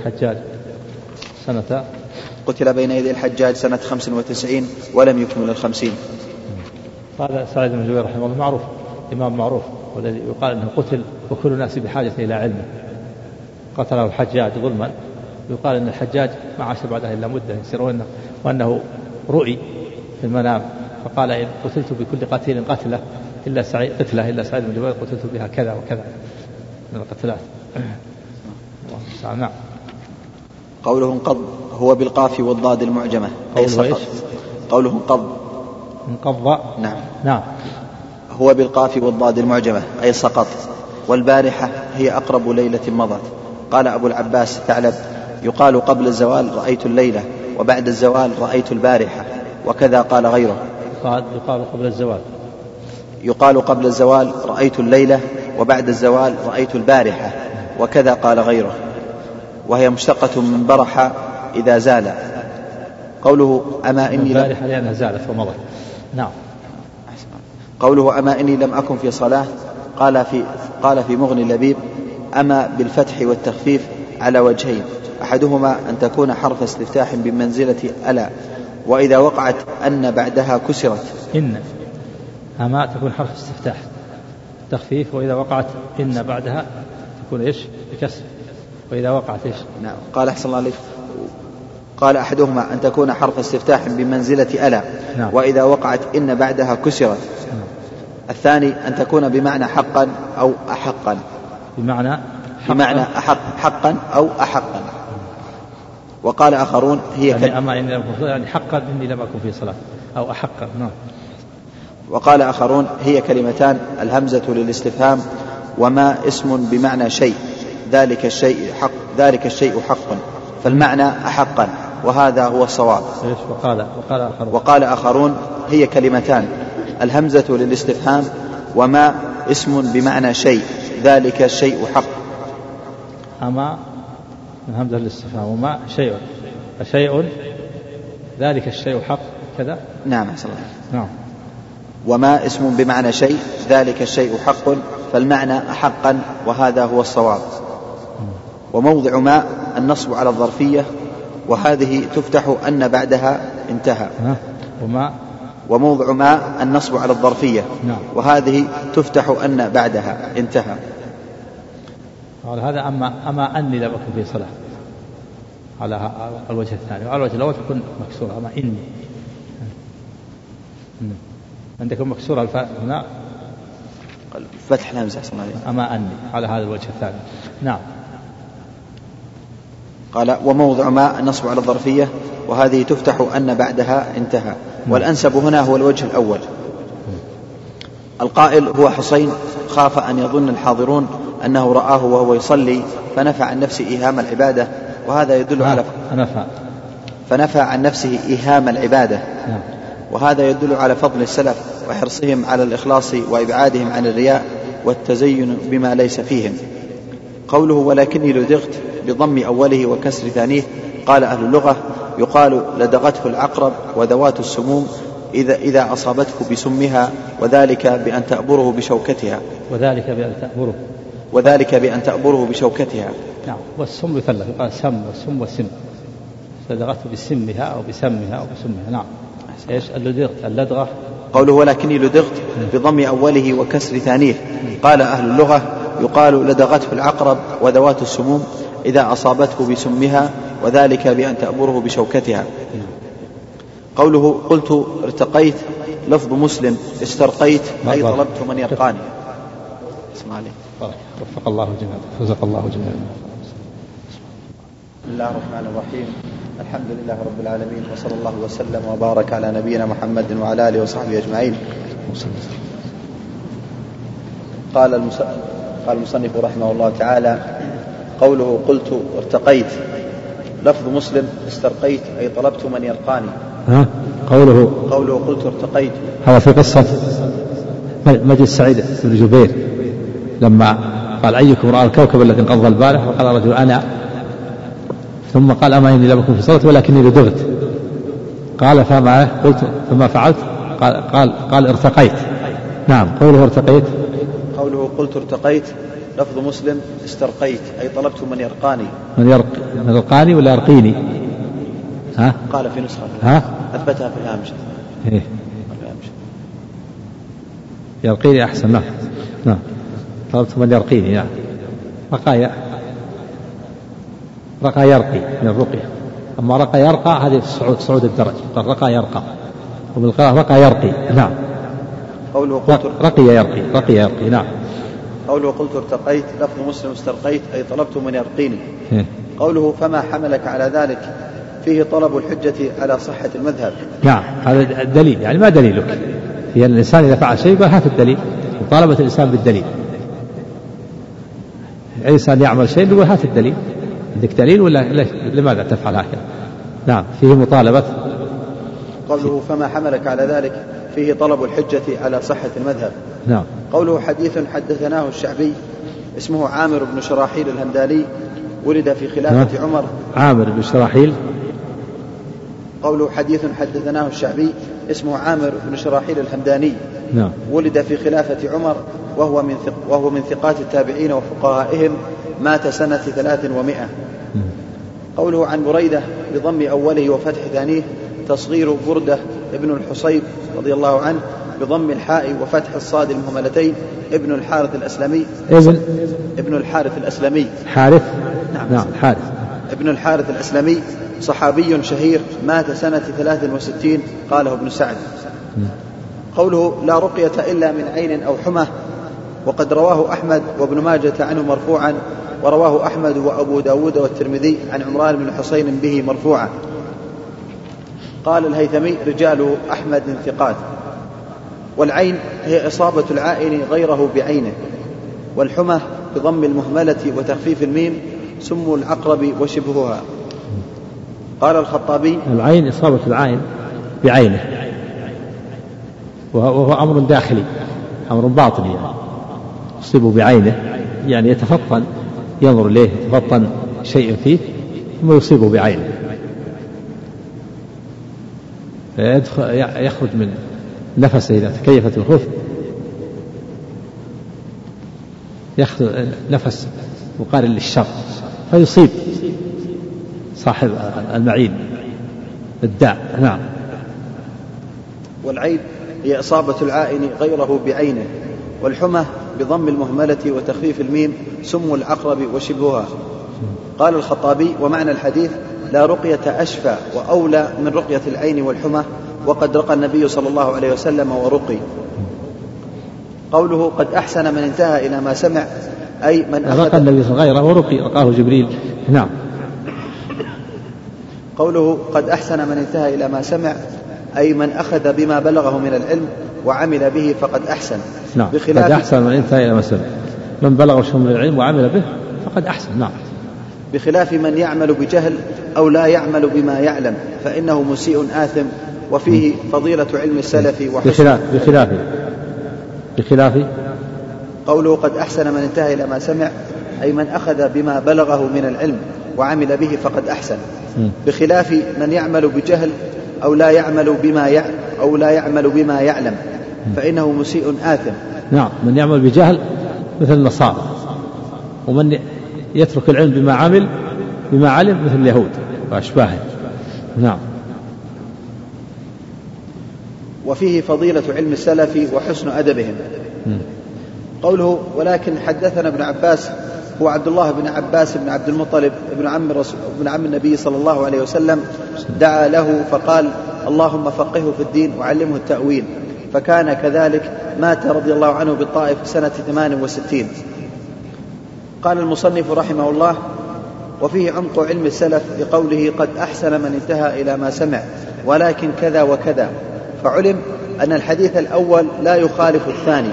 بين يدي الحجاج سنة 95 ولم يكمل 50. قال سعيد بن جبير رحمه الله معروف، إمام معروف، والذي يقال أنه قتل وكل الناس بحاجة إلى علمه. قتله الحجاج ظلما، يقال أن الحجاج ما عاش بعدها إلا مدة يسير، وأنه رؤي في المنام فقال: إن قتلت بكل قتيل قتلة إلا سعيد بن جبير قتلت بها كذا وكذا من القتلات. نعم. قوله انقض هو بالقاف والضاد المعجمة أي سقط. قوله انقض نعم هو بالقاف والضاد المعجمة أي سقط. والبارحة هي أقرب ليلة مضت. قال أبو العباس ثعلب: يقال قبل الزوال رأيت الليلة، وبعد الزوال رأيت البارحة، وكذا قال غيره. يقال قبل الزوال رأيت الليلة، وبعد الزوال رأيت البارحة، وكذا قال غيره، وهي مشتقة من برح إذا زال. قوله أما إني البارحة لأنها زالت ومضت. نعم. قوله أما إني لم أكن في صلاة، قال في مغني اللبيب: أما بالفتح والتخفيف على وجهين، أحدهما أن تكون حرف استفتاح بمنزلة ألا، وإذا وقعت أن بعدها كسرت. إن أما تكون حرف استفتاح تخفيف، وإذا وقعت إن بعدها تكون إيش؟ بكسر، وإذا وقعت إيش؟ نعم. قال أحسن الله عليك. قال أحدهما أن تكون حرف استفتاح بمنزلة ألا، نعم. وإذا وقعت إن بعدها كسرت. نعم. الثاني أن تكون بمعنى حقا أو أحقا. بمعنى حقا أو أحقا. وقال آخرون هي يعني حقا إني لم أكن في صلاة أو أحقا. نعم. وقال آخرون هي كلمتان: الهمزة للاستفهام، وما اسم بمعنى شيء، ذلك الشيء حق، فالمعنى أحقا، وهذا هو الصواب. وقال آخرون هي كلمتان، الهمزة للاستفهام، وما اسم بمعنى شيء، ذلك الشيء حق. أما الهمزة للاستفهام وما شيء ذلك الشيء حق كذا. نعم نعم. وما اسم بمعنى شيء، ذلك الشيء حق، فالمعنى أحقا، وهذا هو الصواب. وموضع ما النصب على الظرفية، وهذه تفتح أن بعدها انتهى. وموضع ما النصب على الظرفية، وهذه تفتح أن بعدها انتهى. هذا أما أني لم أكن في صلاة على الوجه الثاني، وعلى الوجه الأول تكون مكسورة، أما إني عندكم مكسورة الفاء هنا فتح الهمزة، أما أني على هذا الوجه الثاني. نعم. قال وموضع ما النصب على الظرفية، وهذه تفتح أن بعدها انتهى. والأنسب هنا هو الوجه الأول. القائل هو حسين، خاف أن يظن الحاضرون أنه رآه وهو يصلي فنفى عن نفسه إيهام العبادة، وهذا يدل على فنفى عن نفسه إيهام العبادة، وهذا يدل على فضل السلف وحرصهم على الإخلاص وإبعادهم عن الرياء والتزين بما ليس فيهم. قوله ولكني لدغت بضم أوله وكسر ثانيه، قال أهل اللغة يقال لدغته العقرب وذوات السموم إذا أصابته بسمها، وذلك بأن تأبره بشوكتها. وذلك بأن تأبره بشوكتها. نعم. والسم يثلث، قال سم والسم والسم، لدغته بسمها أو بسمها أو بسمها. نعم. إيش اللدغة؟ قوله ولكني لدغت بضم أوله وكسر ثانيه، قال أهل اللغة يقال لدغته العقرب وذوات السموم إذا أصابته بسمها، وذلك بأن تأبره بشوكتها. قوله قلت ارتقيت، لفظ مسلم استرقيت أي طلبت من يرقاني. اسمع عليك. وفق الله جميعا، رزق الله جميعا. بسم الله الرحمن الرحيم، الحمد لله رب العالمين، وصلى الله وسلم وبارك على نبينا محمد وعلى آله وصحبه أجمعين. قال المصنف رحمه الله تعالى: قوله قلت ارتقيت، لفظ مسلم استرقيت أي طلبت من يرقاني. قوله قلت ارتقيت، هذا في قصة مجلس سعيد بن جبير لما قال أيكم رأى الكوكب الذي انقضى البارح، وقال رجل أنا، ثم قال أما إني لم أكن في صلاة ولكني لدغت، قال فما فعلت، قال ارتقيت. نعم. قوله ارتقيت، قوله قلت ارتقيت، لفظ مسلم استرقيت أي طلبت من يرقاني. من يرقاني ولا يرقيني؟ قال في نسخة أثبتها في الهامش. يرقيني أحسن. نعم. طلبت من يرقيني. نعم. رقى يرقي من الرقية، أما رقى يرقى هذه في صعود الدرج، قال رقى يرقى، وبالقراءة رقى يرقي. نعم. قوله قلت رقي يرقي. نعم. قوله قلت ارتقيت، لفظ مسلم استرقيت أي طلبت من يرقيني. قوله فما حملك على ذلك، فيه طلب الحجة على صحة المذهب. نعم. هذا الدليل، يعني ما دليلك؟ هي الإنسان إذا فعل شيء هات الدليل، مطالبة الإنسان بالدليل. الإنسان يعمل شيء يقول هات الدليل، عندك دليل ولا لماذا تفعل هكذا؟ نعم. فيه مطالبة. قوله فما حملك على ذلك، فيه طلب الحجة على صحة المذهب. نعم. قوله حديث حدثناه الشعبي، اسمه عامر بن شراحيل الهمداني، ولد في خلافة عمر. عامر بن شراحيل. قوله حديث حدثناه الشعبي، اسمه عامر بن شراحيل الهمداني. نعم. ولد في خلافة عمر، وهو من ثقات التابعين وفقهائهم، مات سنة 300. قوله عن بريدة بضم أوله وفتح ثانيه، تصغير بردة ابن الحصيب رضي الله عنه، بضم الحاء وفتح الصاد المهملتين، ابن الحارث الأسلمي. ابن الحارث الأسلمي. حارث. نعم. حارث. ابن الحارث الأسلمي صحابي شهير، مات سنة 63، قاله ابن سعد. قوله لا رقية إلا من عين أو حمى، وقد رواه أحمد وابن ماجة عنه مرفوعا، ورواه أحمد وأبو داود والترمذي عن عمران بن حسين به مرفوعا. قال الهيثمي رجال أحمد ثقات. والعين هي إصابة العائن غيره بعينه، والحمى بضم المهملة وتخفيف الميم سم العقرب وشبهها. قال الخطابي: العين إصابة العين بعينه، وهو أمر داخلي، أمر باطني، يعني يصيب بعينه، يعني يتفطن، ينظر إليه يتفطن شيء فيه ثم يصيبه بعينه، يخرج من نفسه إذا تكيفت الخف، يأخذ نفس مقارن للشر فيصيب صاحب المعين الداء. نعم. والعين هي إصابة العائن غيره بعينه، والحمى بضم المهملة وتخفيف الميم سم العقرب وشبهها. قال الخطابي: ومعنى الحديث: لا رقية أشفى وأولى من رقية العين والحمى، وقد رقى النبي صلى الله عليه وسلم ورقي. قوله: قد أحسن من انتهى إلى ما سمع، أي من رقى النبي غيره ورقي، رقاه جبريل. نعم. قوله: قد أحسن من انتهى إلى ما سمع، أي من أخذ بما بلغه من العلم وعمل به فقد أحسن. نعم. قد أحسن من انتهى إلى ما سمع، من بلغه شيء من العلم وعمل به فقد أحسن. نعم. بخلاف من يعمل بجهل أو لا يعمل بما يعلم فإنه مسيء آثم. وفيه فضيلة علم السلف بخلاف قوله: قد أحسن من انتهى إلى ما سمع، أي من أخذ بما بلغه من العلم وعمل به فقد أحسن. بخلاف من يعمل بجهل أو لا يعمل بما يعلم فإنه مسيء آثم. نعم. من يعمل بجهل مثل النصارى، ومن يترك العلم بما علم مثل اليهود وأشباههم. نعم. وفيه فضيلة علم السلف وحسن أدبهم. قوله: ولكن حدثنا ابن عباس، هو عبد الله بن عباس بن عبد المطلب ابن عم النبي صلى الله عليه وسلم، دعا له فقال: اللهم فقهه في الدين وعلمه التأويل، فكان كذلك. مات رضي الله عنه بالطائف سنة 68. قال المصنف رحمه الله: وفيه عمق علم السلف بقوله: قد أحسن من انتهى إلى ما سمع، ولكن كذا وكذا، فعلم أن الحديث الأول لا يخالف الثاني.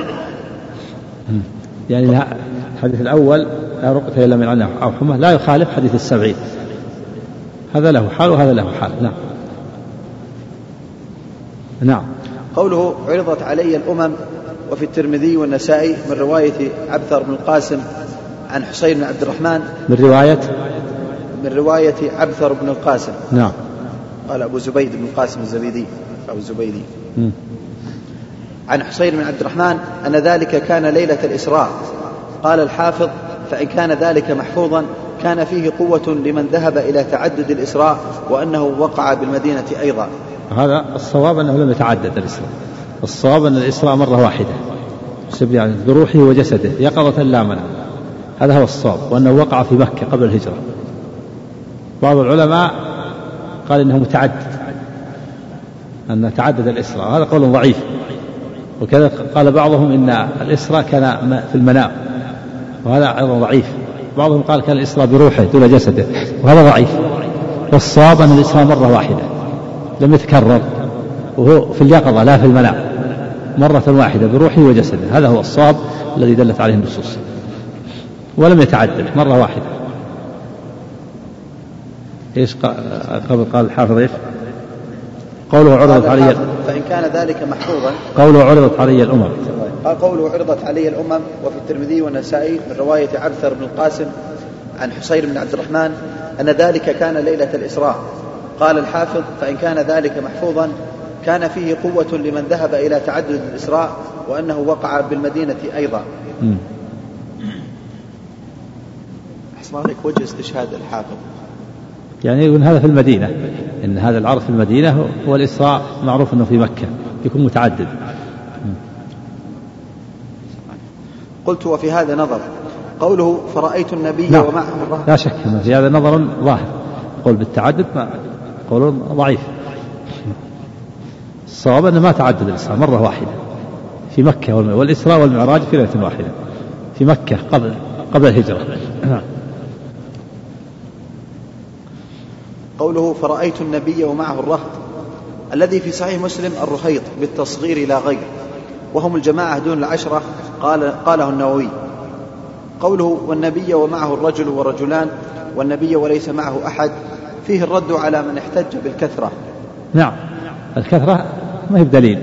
يعني الحديث الأول لا رقية إلا من عين أو حمى لا يخالف حديث 70، هذا له حال وهذا له حال. نعم. نعم. قوله: عرضت علي الأمم، وفي الترمذي والنسائي من رواية عبثر بن القاسم عن حسين بن عبد الرحمن، من رواية عبثر بن القاسم. نعم. قال أبو زبيد بن القاسم الزبيدي أو الزبيدي. عن حسين بن عبد الرحمن أن ذلك كان ليلة الإسراء. قال الحافظ: فإن كان ذلك محفوظا كان فيه قوة لمن ذهب إلى تعدد الإسراء، وأنه وقع بالمدينة أيضا. هذا الصواب أنه لم يتعدد الإسراء، الصواب أن الإسراء مرة واحدة يعني بروحه وجسده يقظة لا منام، هذا هو الصواب، وأنه وقع في مكة قبل الهجرة. بعض العلماء قال إنه متعدد، أن تعدد الإسراء، هذا قول ضعيف. وكذا قال بعضهم إن الإسراء كان في المنام، وهذا أيضا ضعيف. بعضهم قال كان الإسراء بروحه دون جسده، وهذا ضعيف. والصواب أن الإسراء مرة واحدة لم يتكرر، وهو في اليقظة لا في المنام، مرة واحدة بروحه وجسده، هذا هو الصواب الذي دلت عليه النصوص، ولم يتعدد مرة واحدة. إيش قال الحافظ؟ إيش قوله عرضت علي؟ فإن كان ذلك محفوظا. قوله عرضت علي الأمم. قال: قوله عرضت علي الأمم، وفي الترمذي والنسائي من رواية عبثر بن القاسم عن حسين بن عبد الرحمن أن ذلك كان ليلة الإسراء. قال الحافظ: فإن كان ذلك محفوظا كان فيه قوة لمن ذهب إلى تعدد الإسراء، وأنه وقع بالمدينة أيضا. أحسن عليك وجه استشهاد الحافظ، يعني يقول هذا في المدينة، إن هذا العرض في المدينة، والإسراء معروف أنه في مكة يكون متعدد. قلت: وفي هذا نظر. قوله: فرأيت النبي ومعه، لا شك أن في هذا نظر ظاهر، قول بالتعدد قول ضعيف. الصواب أنه ما تعدد الإسراء، مرة واحدة في مكة، والإسراء والمعراج في ليلة واحدة في مكة قبل الهجرة. قوله: فرأيت النبي ومعه الرهط، الذي في صحيح مسلم الرهيط بالتصغير لا غير، وهم الجماعة دون العشرة. قاله النووي. قوله والنبي ومعه الرجل ورجلان والنبي وليس معه أحد فيه الرد على من احتج بالكثرة. نعم، الكثرة ما هي بدليل.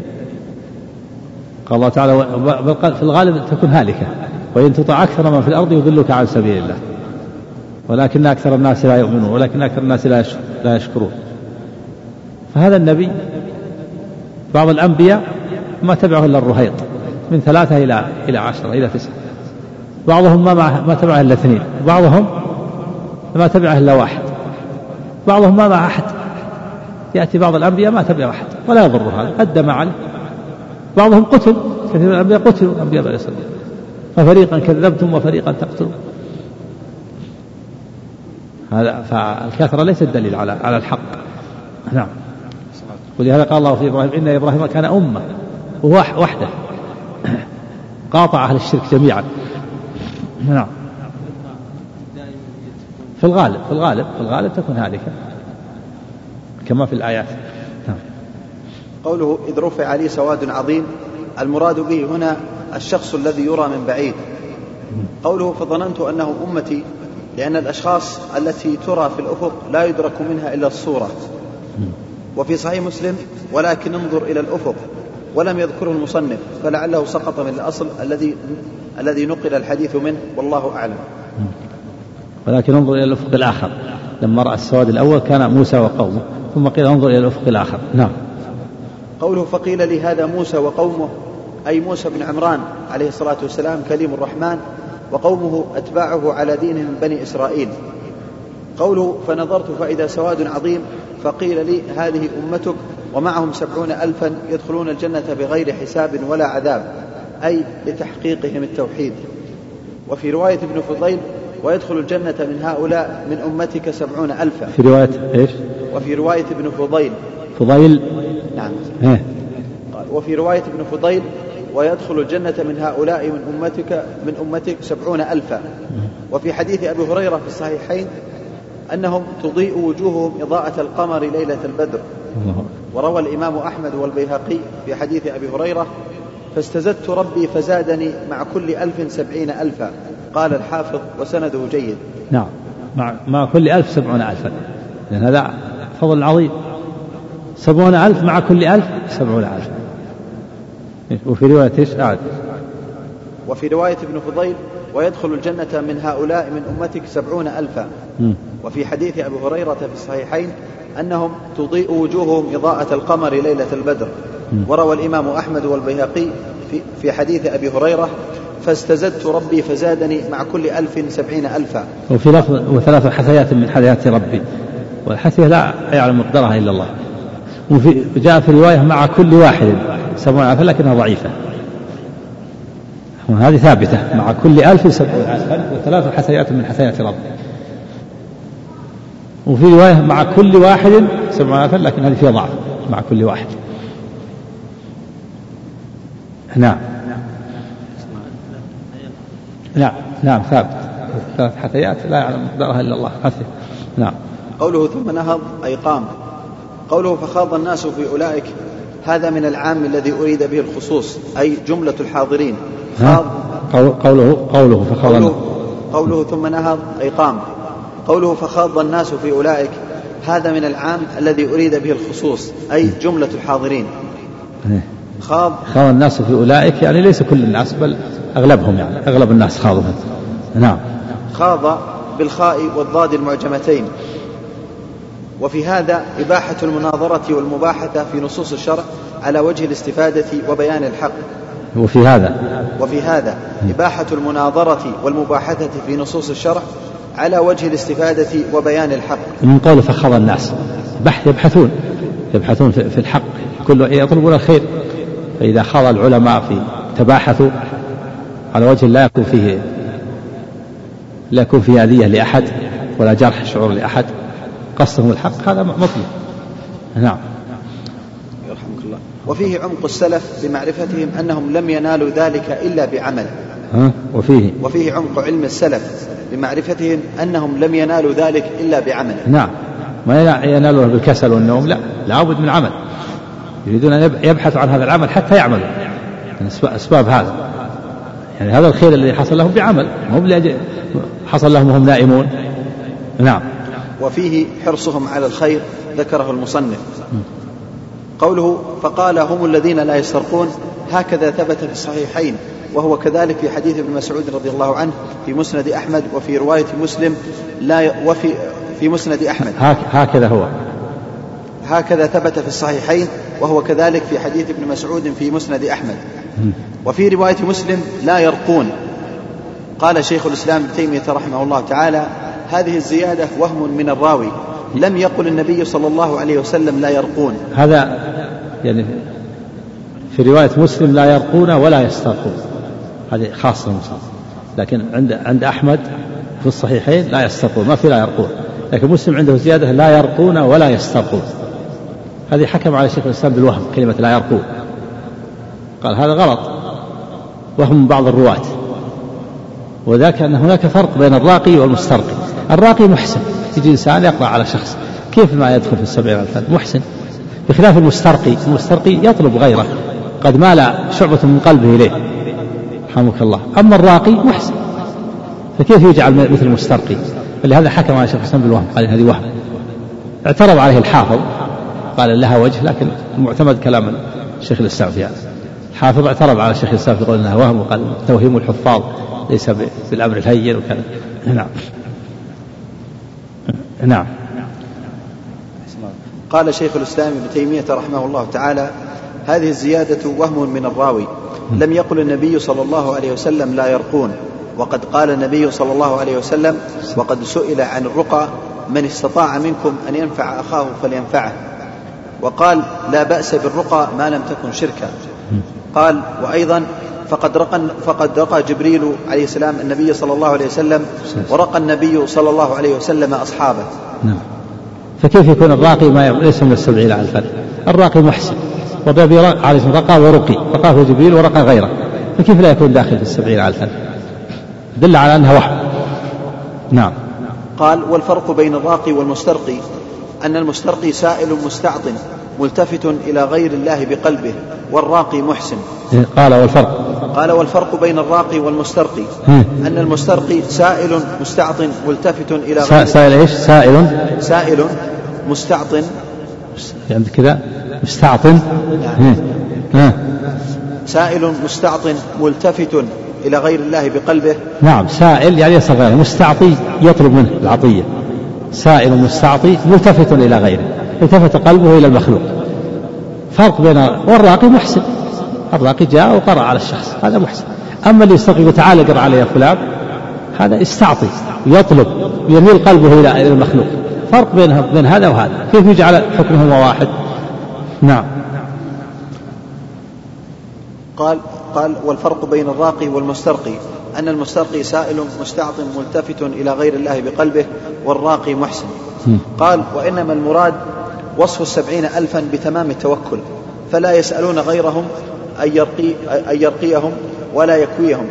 قال الله تعالى في الغالب تكون هالكة، وإن تطع أكثر من في الأرض يضلك عن سبيل الله ولكن أكثر الناس لا يؤمنون ولكن أكثر الناس لا يشكرون. فهذا النبي بعض الأنبياء ما تبعه إلا الرهيط من 3 إلى 10 إلى 9، بعضهم ما تبعه إلا 2، بعضهم ما تبعه إلا 1، بعضهم ما مع أحد. يأتي بعض الأنبياء ما تبع أحد ولا يضر هذا، قدم عليه. بعضهم قتل، كثير من الأنبياء قتلوا الأنبياء عليه الصلاة والسلام، ففريقا كذبتم وفريقا تقتلون. هذا فالكثرة ليست دليل على الحق. نعم. ولهذا قال الله في إبراهيم إن إبراهيم كان أمة وهو وحده قاطع أهل الشرك جميعا. نعم. في الغالب تكون هالكة كما في الآيات. نعم. قوله إذ رفع لي سواد عظيم، المراد به هنا الشخص الذي يرى من بعيد. قوله فظننت أنه أمتي، لأن الأشخاص التي ترى في الأفق لا يدرك منها إلا الصورة. وفي صحيح مسلم ولكن انظر إلى الأفق، ولم يذكره المصنف فلعله سقط من الأصل الذي نقل الحديث منه، والله أعلم. ولكن انظر إلى الأفق الآخر، لما رأى السواد الأول كان موسى وقومه، ثم قيل انظر إلى الأفق الآخر. نعم. قوله فقيل لي هذا موسى وقومه، أي موسى بن عمران عليه الصلاة والسلام كليم الرحمن، وقومه أتباعه على دينه من بني إسرائيل. قوله فنظرت فإذا سواد عظيم، فقيل لي هذه أمتك ومعهم 70,000 يدخلون الجنة بغير حساب ولا عذاب، أي لتحقيقهم التوحيد. وفي رواية ابن فضيل ويدخل الجنة من هؤلاء من أمتك 70,000. في رواية إيش؟ وفي رواية ابن فضيل. نعم. وفي رواية ابن فضيل ويدخل الجنة من هؤلاء من أمتك 70,000. وفي حديث أبي هريرة في الصحيحين أنهم تضيء وجوههم إضاءة القمر ليلة البدر. وروى الإمام أحمد والبيهقي في حديث أبي هريرة فاستزدت ربي فزادني مع كل 1000 70,000. قال الحافظ وسنده جيد. نعم، مع كل 1000 70,000، لأن هذا فضل عظيم. 70,000 مع كل 1000 70,000. وفي رواية إيش؟ وفي رواية ابن فضيل ويدخل الجنة من هؤلاء من أمتك 70,000. وفي حديث أبي هريرة في الصحيحين أنهم تضيء وجوههم إضاءة القمر ليلة البدر. وروى الإمام أحمد والبيهقي في حديث أبي هريرة فاستزدت ربي فزادني مع كل 1000 70,000. وفي لفظ وثلاث حثيات من حثيات ربي، والحثية لا يعلم مقدارها إلا الله. وجاء في رواية مع كل واحد 70,000 لكنها ضعيفة، وهذه ثابتة مع كل 1000 70,000 وثلاث حثيات من حثيات ربي. وفي رواية مع كل واحد 70,000 لكن هذه فيها ضعف مع كل واحد. نعم ثابت، ثلاث حثيات لا يعلم مقدارها إلا الله. حثي. نعم. قوله ثم نهض أي قام. قوله فخاض الناس في أولئك، هذا من العام الذي أريد به الخصوص، أي جملة الحاضرين. قوله فخاض. قوله ثم نهض أي قام. قوله فخاض الناس في أولئك، هذا من العام الذي أريد به الخصوص، أي جملة الحاضرين. خاض الناس في أولئك يعني ليس كل الناس بل أغلبهم، يعني أغلب الناس خاضوا. نعم. خاض بالخاء والضاد المعجمتين. وفي هذا إباحة المناظرة والمباحثة في نصوص الشرع على وجه الاستفادة وبيان الحق. وفي هذا إباحة المناظرة والمباحثة في نصوص الشرع على وجه الاستفادة وبيان الحق. من قول فخاض الناس يبحثون في الحق، كل يطلبون الخير. فإذا خاض العلماء في تباحثوا على وجه لا يكون فيه أذية لأحد ولا جرح شعور لأحد، قصدهم الحق، هذا مطلوب. نعم. يرحمك الله. وفيه عمق السلف بمعرفتهم أنهم لم ينالوا ذلك إلا بعمل. وفيه عمق علم السلف بمعرفتهم أنهم لم ينالوا ذلك إلا بعمل. نعم، ما ينالونه بالكسل والنوم، لا، لابد من عمل. يريدون أن يبحثوا عن هذا العمل حتى يعملوا، يعني أسباب هذا، يعني هذا الخير الذي حصل لهم بعمل، مو حصل لهم وهم نائمون. نعم. وفيه حرصهم على الخير ذكره المصنف. قوله فقال هم الذين لا يسرقون هكذا ثبت في الصحيحين، وهو كذلك في حديث ابن مسعود رضي الله عنه في مسند أحمد وفي رواية مسلم في مسند أحمد هكذا ثبت في الصحيحين، وهو كذلك في حديث ابن مسعود في مسند أحمد. وفي رواية مسلم لا يرقون. قال شيخ الإسلام ابن تيمية رحمه الله تعالى هذه الزيادة وهم من الراوي، لم يقل النبي صلى الله عليه وسلم لا يرقون. هذا يعني في رواية مسلم لا يرقون ولا يسترقون، هذه خاصة مسلم. لكن عند أحمد في الصحيحين لا يسترقون، ما في لا يرقون، لكن مسلم عنده زيادة لا يرقون ولا يسترقون. هذه حكم على شيخ الإسلام بالوهم، كلمة لا يرقون، قال هذا غلط، وهم بعض الرواة. وذاك أن هناك فرق بين الراقي والمسترقي. الراقي محسن، يجي إنسان يقرأ على شخص كيف ما يدخل في 70,000 محسن، بخلاف المسترقي يطلب غيره، قد مال شعبة من قلبه إليه رحمك الله. أما الراقي محسن، فكيف يجعل مثل المسترقي؟ فلهذا حكم على شيخ الإسلام بالوهم، قال هذه وهم. اعترض عليه الحافظ قال لها وجه، لكن المعتمد كلام شيخ الإسلام في هذا. الحافظ اعترض على شيخ الإسلام يقول انها وهم، وقال توهيم الحفاظ ليس بالأمر الهين وكذا. نعم. قال شيخ الإسلام ابن تيمية رحمه الله تعالى هذه الزيادة وهم من الراوي، لم يقل النبي صلى الله عليه وسلم لا يرقون. وقد قال النبي صلى الله عليه وسلم وقد سئل عن الرقى من استطاع منكم أن ينفع أخاه فلينفعه، وقال لا بأس بالرقى ما لم تكن شركا. قال وأيضا فقد رقى جبريل عليه السلام النبي صلى الله عليه وسلم، ورقى النبي صلى الله عليه وسلم أصحابه. نعم. فكيف يكون الراقي ما ليس من 70 على الفرد؟ الراقي محسن، والنبي عليه رقى ورقي، رقاه جبريل ورقى غيره، فكيف لا يكون داخل في 70 على الفرد؟ دل على أنها وهم. نعم. قال والفرق بين الراقي والمسترقي أن المسترقي سائل مستعطن ملتفت إلى غير الله بقلبه، والراقي محسن. قال والفرق بين الراقي والمسترقي أن المسترقي سائل مستعطن ملتفت إلى غير سائل إيش؟ سائل مستعطن يعني كذا مستعطن. سائل مستعطن ملتفت إلى غير الله بقلبه. نعم. سائل يعني يسأل غيره، مستعطي يطلب منه العطية. سائل مستعطي ملتفت إلى غيره، التفت قلبه إلى المخلوق. فرق بين والراقي محسن، الراقي جاء وقرأ على الشخص، هذا محسن. أما اللي يستقي تعالى اقرأ علي يا فلان، هذا استعطي يطلب يميل قلبه إلى المخلوق. فرق بين هذا وهذا، كيف يجعل حكمهما واحد؟ نعم. قال والفرق بين الراقي والمسترقي أن المسترقي سائل مستعطن ملتفت إلى غير الله بقلبه، والراقي محسن. قال وإنما المراد وصف 70,000 بتمام التوكل، فلا يسألون غيرهم أن يرقيهم ولا يكويهم.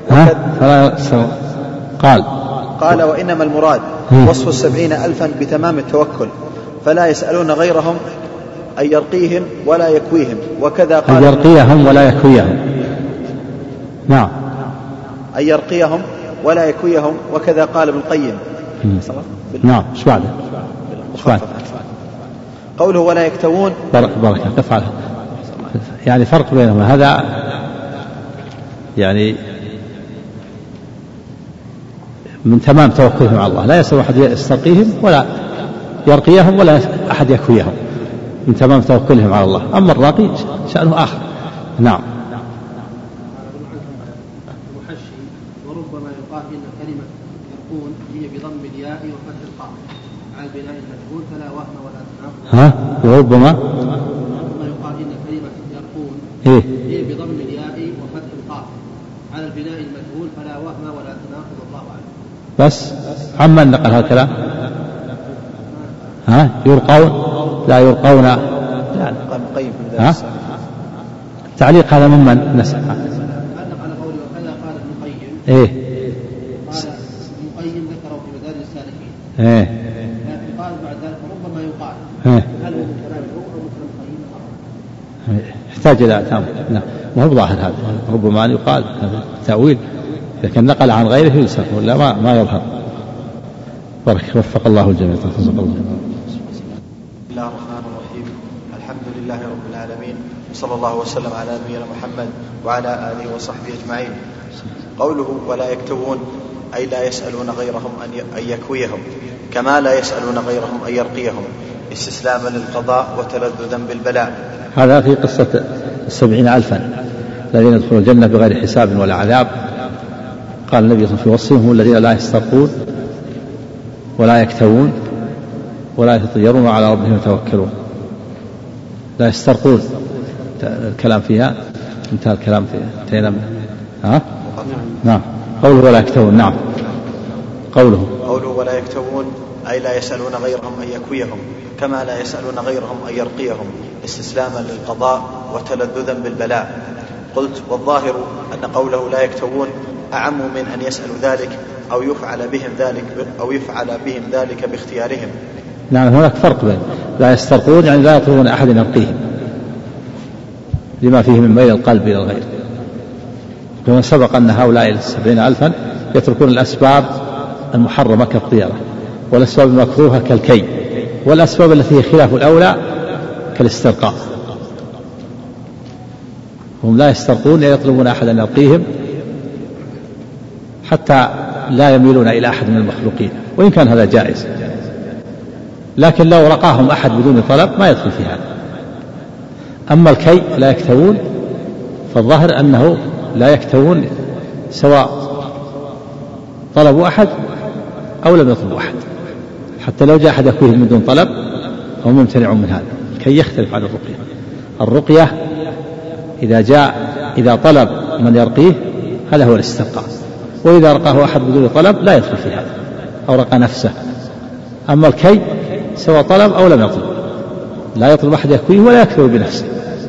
قال وإنما المراد وصف 70,000 بتمام التوكل، فلا يسألون غيرهم أن يرقيهم ولا يكويهم. وكذا قال أن يرقيهم ولا يكويهم. نعم. أن يرقيهم ولا يكويهم. وكذا قال ابن القيم. نعم. ايش بعده؟ قوله ولا يكتوون. بارك افعل. يعني فرق بينهما، هذا يعني من تمام توكلهم على الله، لا يسأل أحد يسترقيهم ولا يرقيهم ولا أحد يكويهم، من تمام توكلهم على الله. أما الراقي شأنه آخر. نعم. وربما يقال إن كلمة يرقون هي بضم الياء وفتح القاف على البناء المجهول فلا وهم ولا تناقض. وربما يقال إن كلمة يرقون هي بضم الياء وفتح القاف على البناء المجهول فلا وهم ولا تناقض. الله أعلم. بس عمن نقل هذا الكلام؟ يرقون لا يرقون يعني. تعليق هذا ممن نسأل. على قوله وكذا قال ابن القيم. قال ابن القيم ذكره في مدارج السالكين. لكن قال بعد ذلك ربما يقال هل هو من كلام الروح أو من كلام القيم؟ يحتاج إلى تام. ما هو ظاهر هذا، ربما أن يقال هذا تأويل، لكن نقل عن غيره ينسخ ولا ما يظهر. بارك وفق الله الجميع. بسم الله الرحمن الرحيم. الحمد لله رب العالمين، صلى الله وسلم على نبينا محمد وعلى آله وصحبه أجمعين. قوله ولا يكتوون أي لا يسألون غيرهم أن يكويهم، كما لا يسألون غيرهم أن يرقيهم، استسلاما للقضاء وتلذذا بالبلاء. هذا في قصة 70,000 الذين يدخلون الجنة بغير حساب ولا عذاب. قال النبي صلى الله عليه وسلم في وصفهم الذين لا يسترقون ولا يكتوون ولا يتطيرون وعلى ربهم يتوكلون. لا يسترقون الكلام فيها انتهى الكلام فيها نعم. قوله ولا يكتوون. نعم. قوله ولا يكتوون أي لا يسألون غيرهم أن يكويهم، كما لا يسألون غيرهم أن يرقيهم، استسلاما للقضاء وتلذذا بالبلاء. قلت والظاهر أن قوله لا يكتوون أعم من أن يسألوا ذلك أو يفعل بهم ذلك باختيارهم. نعم. هناك فرق بين لا يسترقون يعني لا يطلبون أحد يرقيهم لما فيه من ميل القلب إلى الغير، كما سبق أن هؤلاء 70,000 يتركون الأسباب المحرمة كالطيرة، والأسباب المكروهة كالكي، والأسباب التي هي خلاف الأولى كالاسترقاء. هم لا يسترقون يطلبون أحدا يرقيهم حتى لا يميلون إلى أحد من المخلوقين، وإن كان هذا جائز، لكن لو رقاهم أحد بدون طلب ما يدخل في هذا. أما الكي لا يكتوون فالظاهر أنه لا يكتوون سواء طلبوا أحد أو لم يطلبوا أحد، حتى لو جاء أحد يكويهم من دون طلب هم يمتنعون من هذا. الكي يختلف عن الرقية. الرقية إذا طلب من يرقيه هذا هو الاسترقاء، وإذا رقاه أحد بدون طلب لا يدخل في هذا أو رقى نفسه. أما الكي سواء طلب أو لم يطلب، لا يطلب أحد يكويه ولا يكفي بنفسه.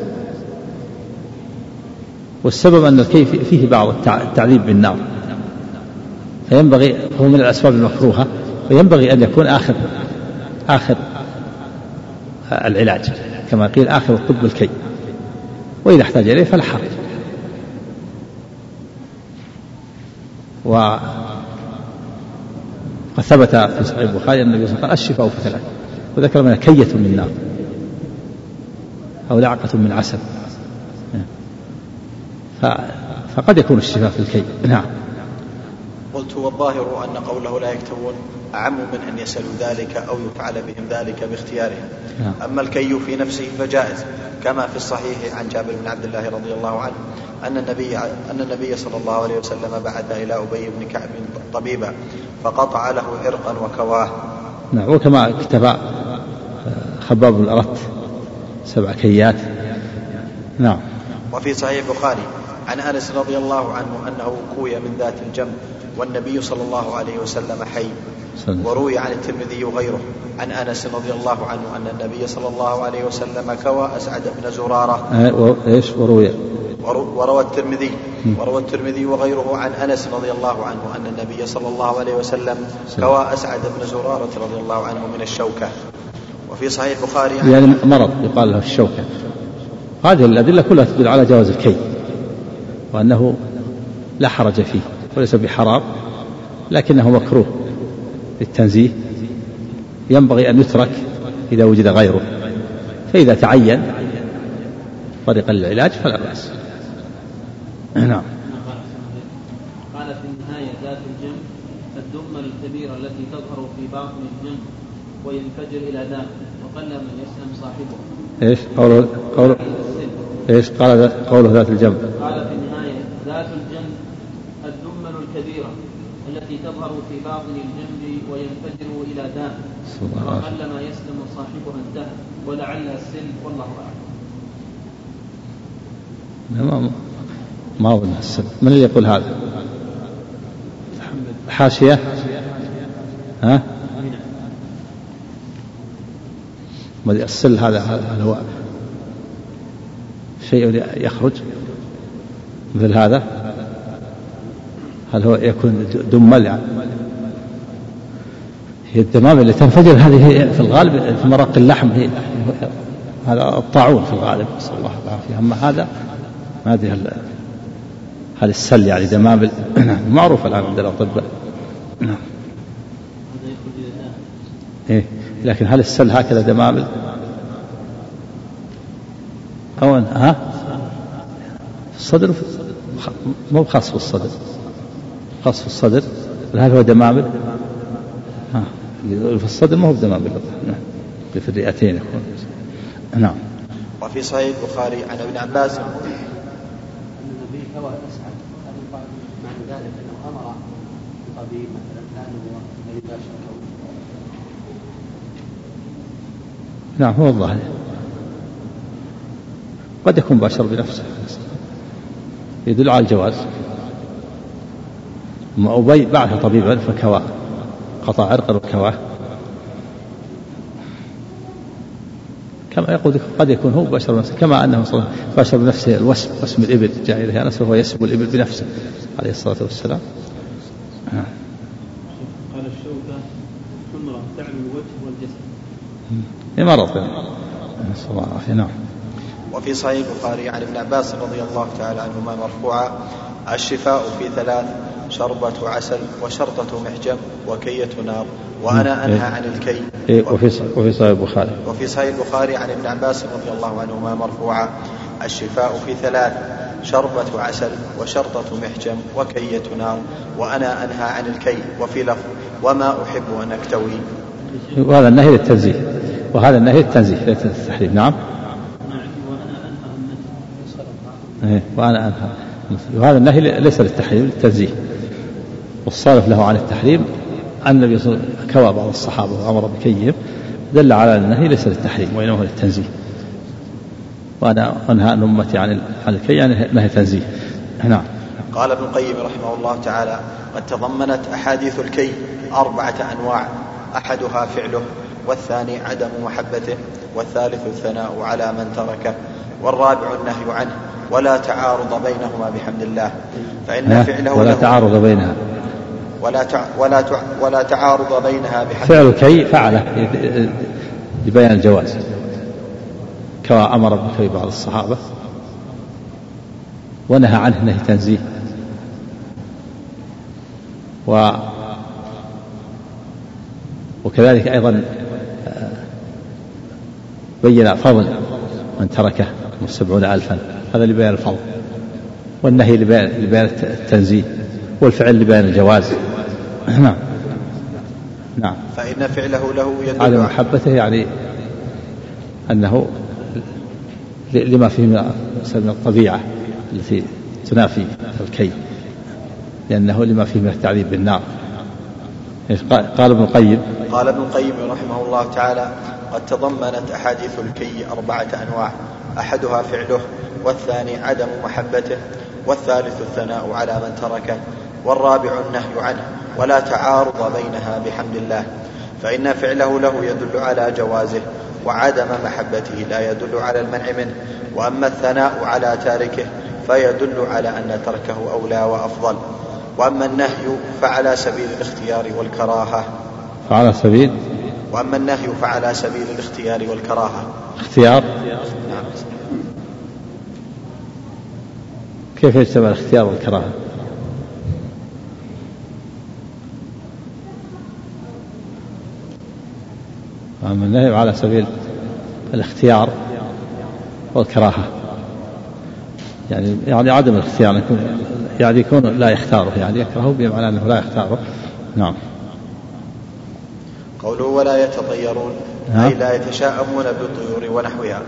والسبب أن الكي فيه بعض التعذيب بالنار، فينبغي هو من الأسباب المكروهة، وينبغي أن يكون آخر العلاج، كما قيل آخر الطب الكي، وإذا احتاج إليه فلا حرج. وقد ثبت في صحيح البخاري أن النبي صلى الله عليه وسلم قال الشفاء في 3، وذكر منها كية من نار أو لعقة من عسل، فقد يكون الشفاء في الكي. نعم. قلت والظاهر أن قوله لا يكتوون أعم من أن يسألوا ذلك أو يفعل بهم ذلك باختيارهم. أما الكي في نفسه فجائز، كما في الصحيح عن جابر بن عبد الله رضي الله عنه أن النبي صلى الله عليه وسلم بعث إلى أبي بن كعب طبيبا فقطع له عرقا وكواه. نعم. وكما اكتفى خباب بن الأرت 7 كيات. نعم. وفي صحيح البخاري عن أنس رضي الله عنه أنه كوي من ذات الجنب والنبي صلى الله عليه وسلم حي. وروي عن الترمذي وغيره عن أنس رضي الله عنه أن النبي صلى الله عليه وسلم كوى أسعد بن زرارة. وروى الترمذي وغيره عن أنس رضي الله عنه أن النبي صلى الله عليه وسلم كوى أسعد بن زرارة رضي الله عنه من الشوكة. وفي صحيح البخاري يعني مرض يقال له الشوكة. هذه الأدلة كلها تدل على جواز الكي، وأنه لا حرج فيه وليس بحرام، لكنه مكروه للتنزيه، ينبغي أن يترك إذا وجد غيره، فإذا تعين طريقا للعلاج فلا بأس. نعم. قال في النهاية ذات الجنب الدمة الكبيرة التي تظهر في باطن الجنب وينفجر إلى داخل، وقل من يسلم صاحبه. إيش قوله ذات الجنب؟ قال في النهاية ذات الجنب الدمة الكبيرة التي تظهر في باطن الجنب وينفجر إلى داخل، وقل ما يسلم صاحبها الدهر، ولعلها السن، والله أعلم. ما هو السن. من اللي يقول هذا؟ حاشية. السل هذا هو شيء يخرج مثل هذا، هل هو يكون دمل يعني؟ هي الدمام اللي تنفجر هذه في الغالب في مرق اللحم، هذا الطاعون في الغالب، صلى الله عليه وسلم. أما هذا ما أدري هل السل يعني دمامل معروف الآن عند الأطباء. إيه لكن هل السل هكذا دمامل أو الصدر مو خاص في الصدر، خاص في الصدر، هل هو دمامل؟ في الصدر ما هو دمامل، في الرئتين يكون. نعم. وفي صحيح البخاري عن ابن عباس أن النبي هو أسعد، هل معنى ذلك أنه أمر بطبيب مثلا كانوا يباشر؟ نعم هو الظاهر، قد يكون باشر بنفسه، يدل على الجواز. أبي بعث طبيبا فكواه، قطع عرقا وكواه، كما يقول قد يكون هو باشر بنفسه، كما أنه باشر بنفسه الوسم، وسم الإبل جاء إليه أنس وهو يسم الإبل بنفسه عليه الصلاة والسلام. قال الشوكة حمرة تعمل الوجه والجسد مرض نسأل الله العافية. نعم. وفي صحيح البخاري عن ابن عباس رضي الله تعالى عنهما مرفوعا: الشفاء في 3: شربة عسل، وشرطة محجم، وكية نار، وأنا أنهى عن الكي. وفي صحيح البخاري وفي صحيح البخاري عن ابن عباس رضي الله عنهما مرفوعا: الشفاء في 3: شربة عسل، وشرطة محجم، وكية نار، وأنا أنهى عن الكي. وفي لفظ: وما أحب أن أكتوي. وهذا النهي للتنزيه، وهذا النهي للتنزيه ليس للتحريم. نعم. وأنا أنهى، وهذا النهي ليس للتحريم للتنزيه، والصارف له عن التحريم أن النبي صلى الله عليه وسلم كوى بعض الصحابة وأمر بكيهم، دل على النهي ليس للتحريم وإنما هو للتنزيه. وأنا أنهى عن أمتي عن الكي يعني نهي تنزيه. نعم. قال ابن القيم رحمه الله تعالى: قد تضمنت أحاديث الكي 4 أنواع: أحدها فعله، والثاني عدم محبته، والثالث الثناء على من تركه، والرابع النهي عنه، ولا تعارض بينهما بحمد الله، فإن فعله ولا تعارض بينها ولا تعارض بينها بحمد فعل كي فعله لبيان الجواز، كما أمر بكي بعض الصحابة ونهى عنه نهي تنزيه. وكذلك أيضا بين فضل من تركه 70,000، هذا لبيان الفضل، والنهي لبيان التنزيه، والفعل لبيان الجواز. نعم. نعم. فإن فعله له يدل على محبته، يعني أنه لما فيه من الطبيعة التي تنافي الكي، لأنه لما فيه من التعذيب بالنار. قال ابن القيم رحمه الله تعالى: قد تضمنت أحاديث الكي 4 أنواع: أحدها فعله، والثاني عدم محبته، والثالث الثناء على من تركه، والرابع النهي عنه، ولا تعارض بينها بحمد الله، فإن فعله له يدل على جوازه، وعدم محبته لا يدل على المنع منه، وأما الثناء على تاركه فيدل على أن تركه أولى وأفضل، وأما النهي فعلى سبيل الاختيار والكراهة. وأما النهي فعلى سبيل الاختيار والكراهة. اختيار؟ نعم. كيف يجتمع الاختيار والكراهة؟ أما النهي على سبيل الاختيار والكراهة، يعني عدم الاختيار يكون لا يختاره، يعني يكرهه بمعنى أنه لا يختاره. نعم. قوله ولا يتطيرون أي لا يتشاءمون بالطيور ونحوها.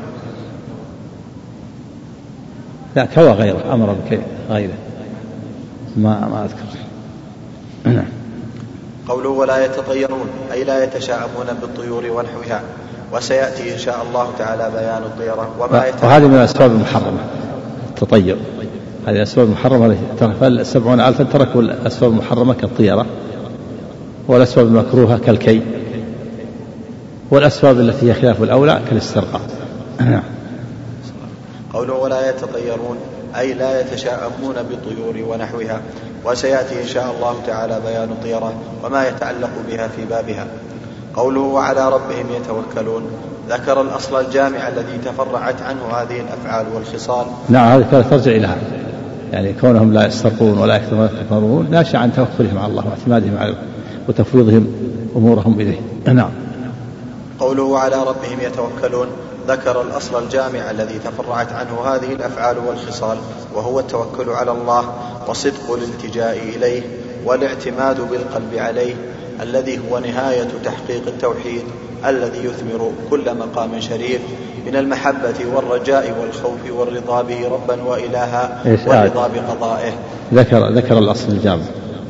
لا، كوى غيره، أمر بغيره، ما أذكر. قوله ولا يتطيرون أي لا يتشاءمون بالطيور ونحوها، وسيأتي إن شاء الله تعالى بيان الطيرة وهذه من الأسباب المحرمة، التطير هذه الأسباب المحرمة. فال70,000 تركوا الأسباب المحرمة كالطيرة، والأسباب المكروهة كالكي، والأسباب التي هي خلاف الأولى كالاسترقاء. قوله ولا يتطيرون أي لا يتشاءمون بالطيور ونحوها، وسيأتي إن شاء الله تعالى بيان الطيرة وما يتعلق بها في بابها. قوله وعلى ربهم يتوكلون ذكر الأصل الجامع الذي تفرعت عنه هذه الأفعال والخصال. نعم، هذه كانت ترجع إليها، يعني كونهم لا يسترقون ولا يكفرون ناشئ عن توكلهم على الله واعتمادهم عليه وتفويضهم أمورهم إليه. نعم. قوله على ربهم يتوكلون ذكر الأصل الجامع الذي تفرعت عنه هذه الأفعال والخصال، وهو التوكل على الله وصدق الالتجاء إليه والاعتماد بالقلب عليه، الذي هو نهاية تحقيق التوحيد الذي يثمر كل مقام شريف من المحبة والرجاء والخوف والرضا به ربا وإلها والرضا بقضائه. ذكر الأصل الجامع.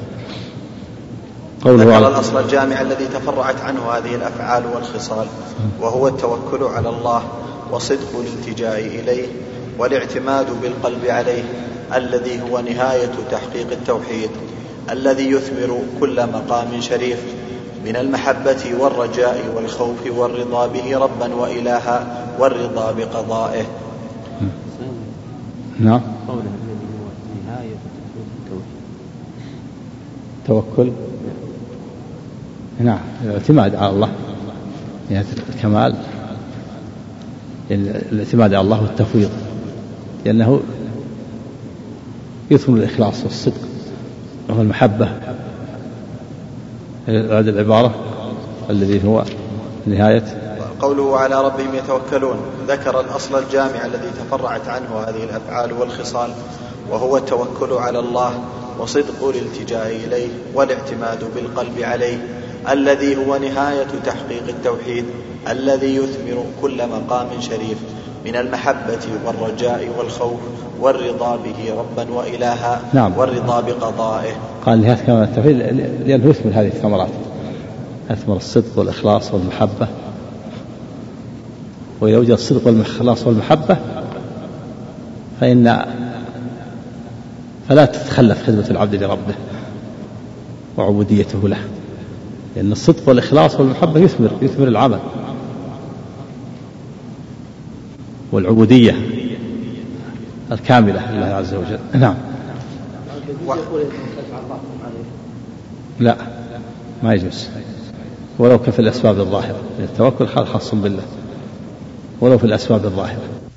ذكر الأصل الجامع الذي تفرعت عنه هذه الأفعال والخصال، وهو التوكل على الله وصدق الالتجاء إليه والاعتماد بالقلب عليه، الذي هو نهاية تحقيق التوحيد الذي يثمر كل مقام شريف من المحبة والرجاء والخوف والرضا به ربا وإلها والرضا بقضائه. نعم. توكل. نعم، الاعتماد على الله نهاية الكمال، الاعتماد على الله والتفويض، لأنه يثمر الإخلاص والصدق والمحبة. هذه العبارة الذي هو نهاية. قوله على ربهم يتوكلون ذكر الأصل الجامع الذي تفرعت عنه هذه الأفعال والخصال، وهو التوكل على الله وصدق الالتجاء إليه والاعتماد بالقلب عليه، الذي هو نهاية تحقيق التوحيد الذي يثمر كل مقام شريف من المحبة والرجاء والخوف والرضا به ربا وإلها. نعم. والرضا بقضائه. قال نهاية كمال التوحيد لأنه يثمر هذه الثمرات، يثمر الصدق والإخلاص والمحبة، وإذا وجد الصدق والإخلاص والمحبة فلا تتخلف خدمة العبد لربه وعبوديته له، لأن الصدق والإخلاص والمحبة يثمر العمل والعبودية الكاملة لله عز وجل. نعم. لا، ما يجوز، ولو كفي الأسباب الظاهرة. التوكل خاص بالله ولو في الأسباب الظاهرة.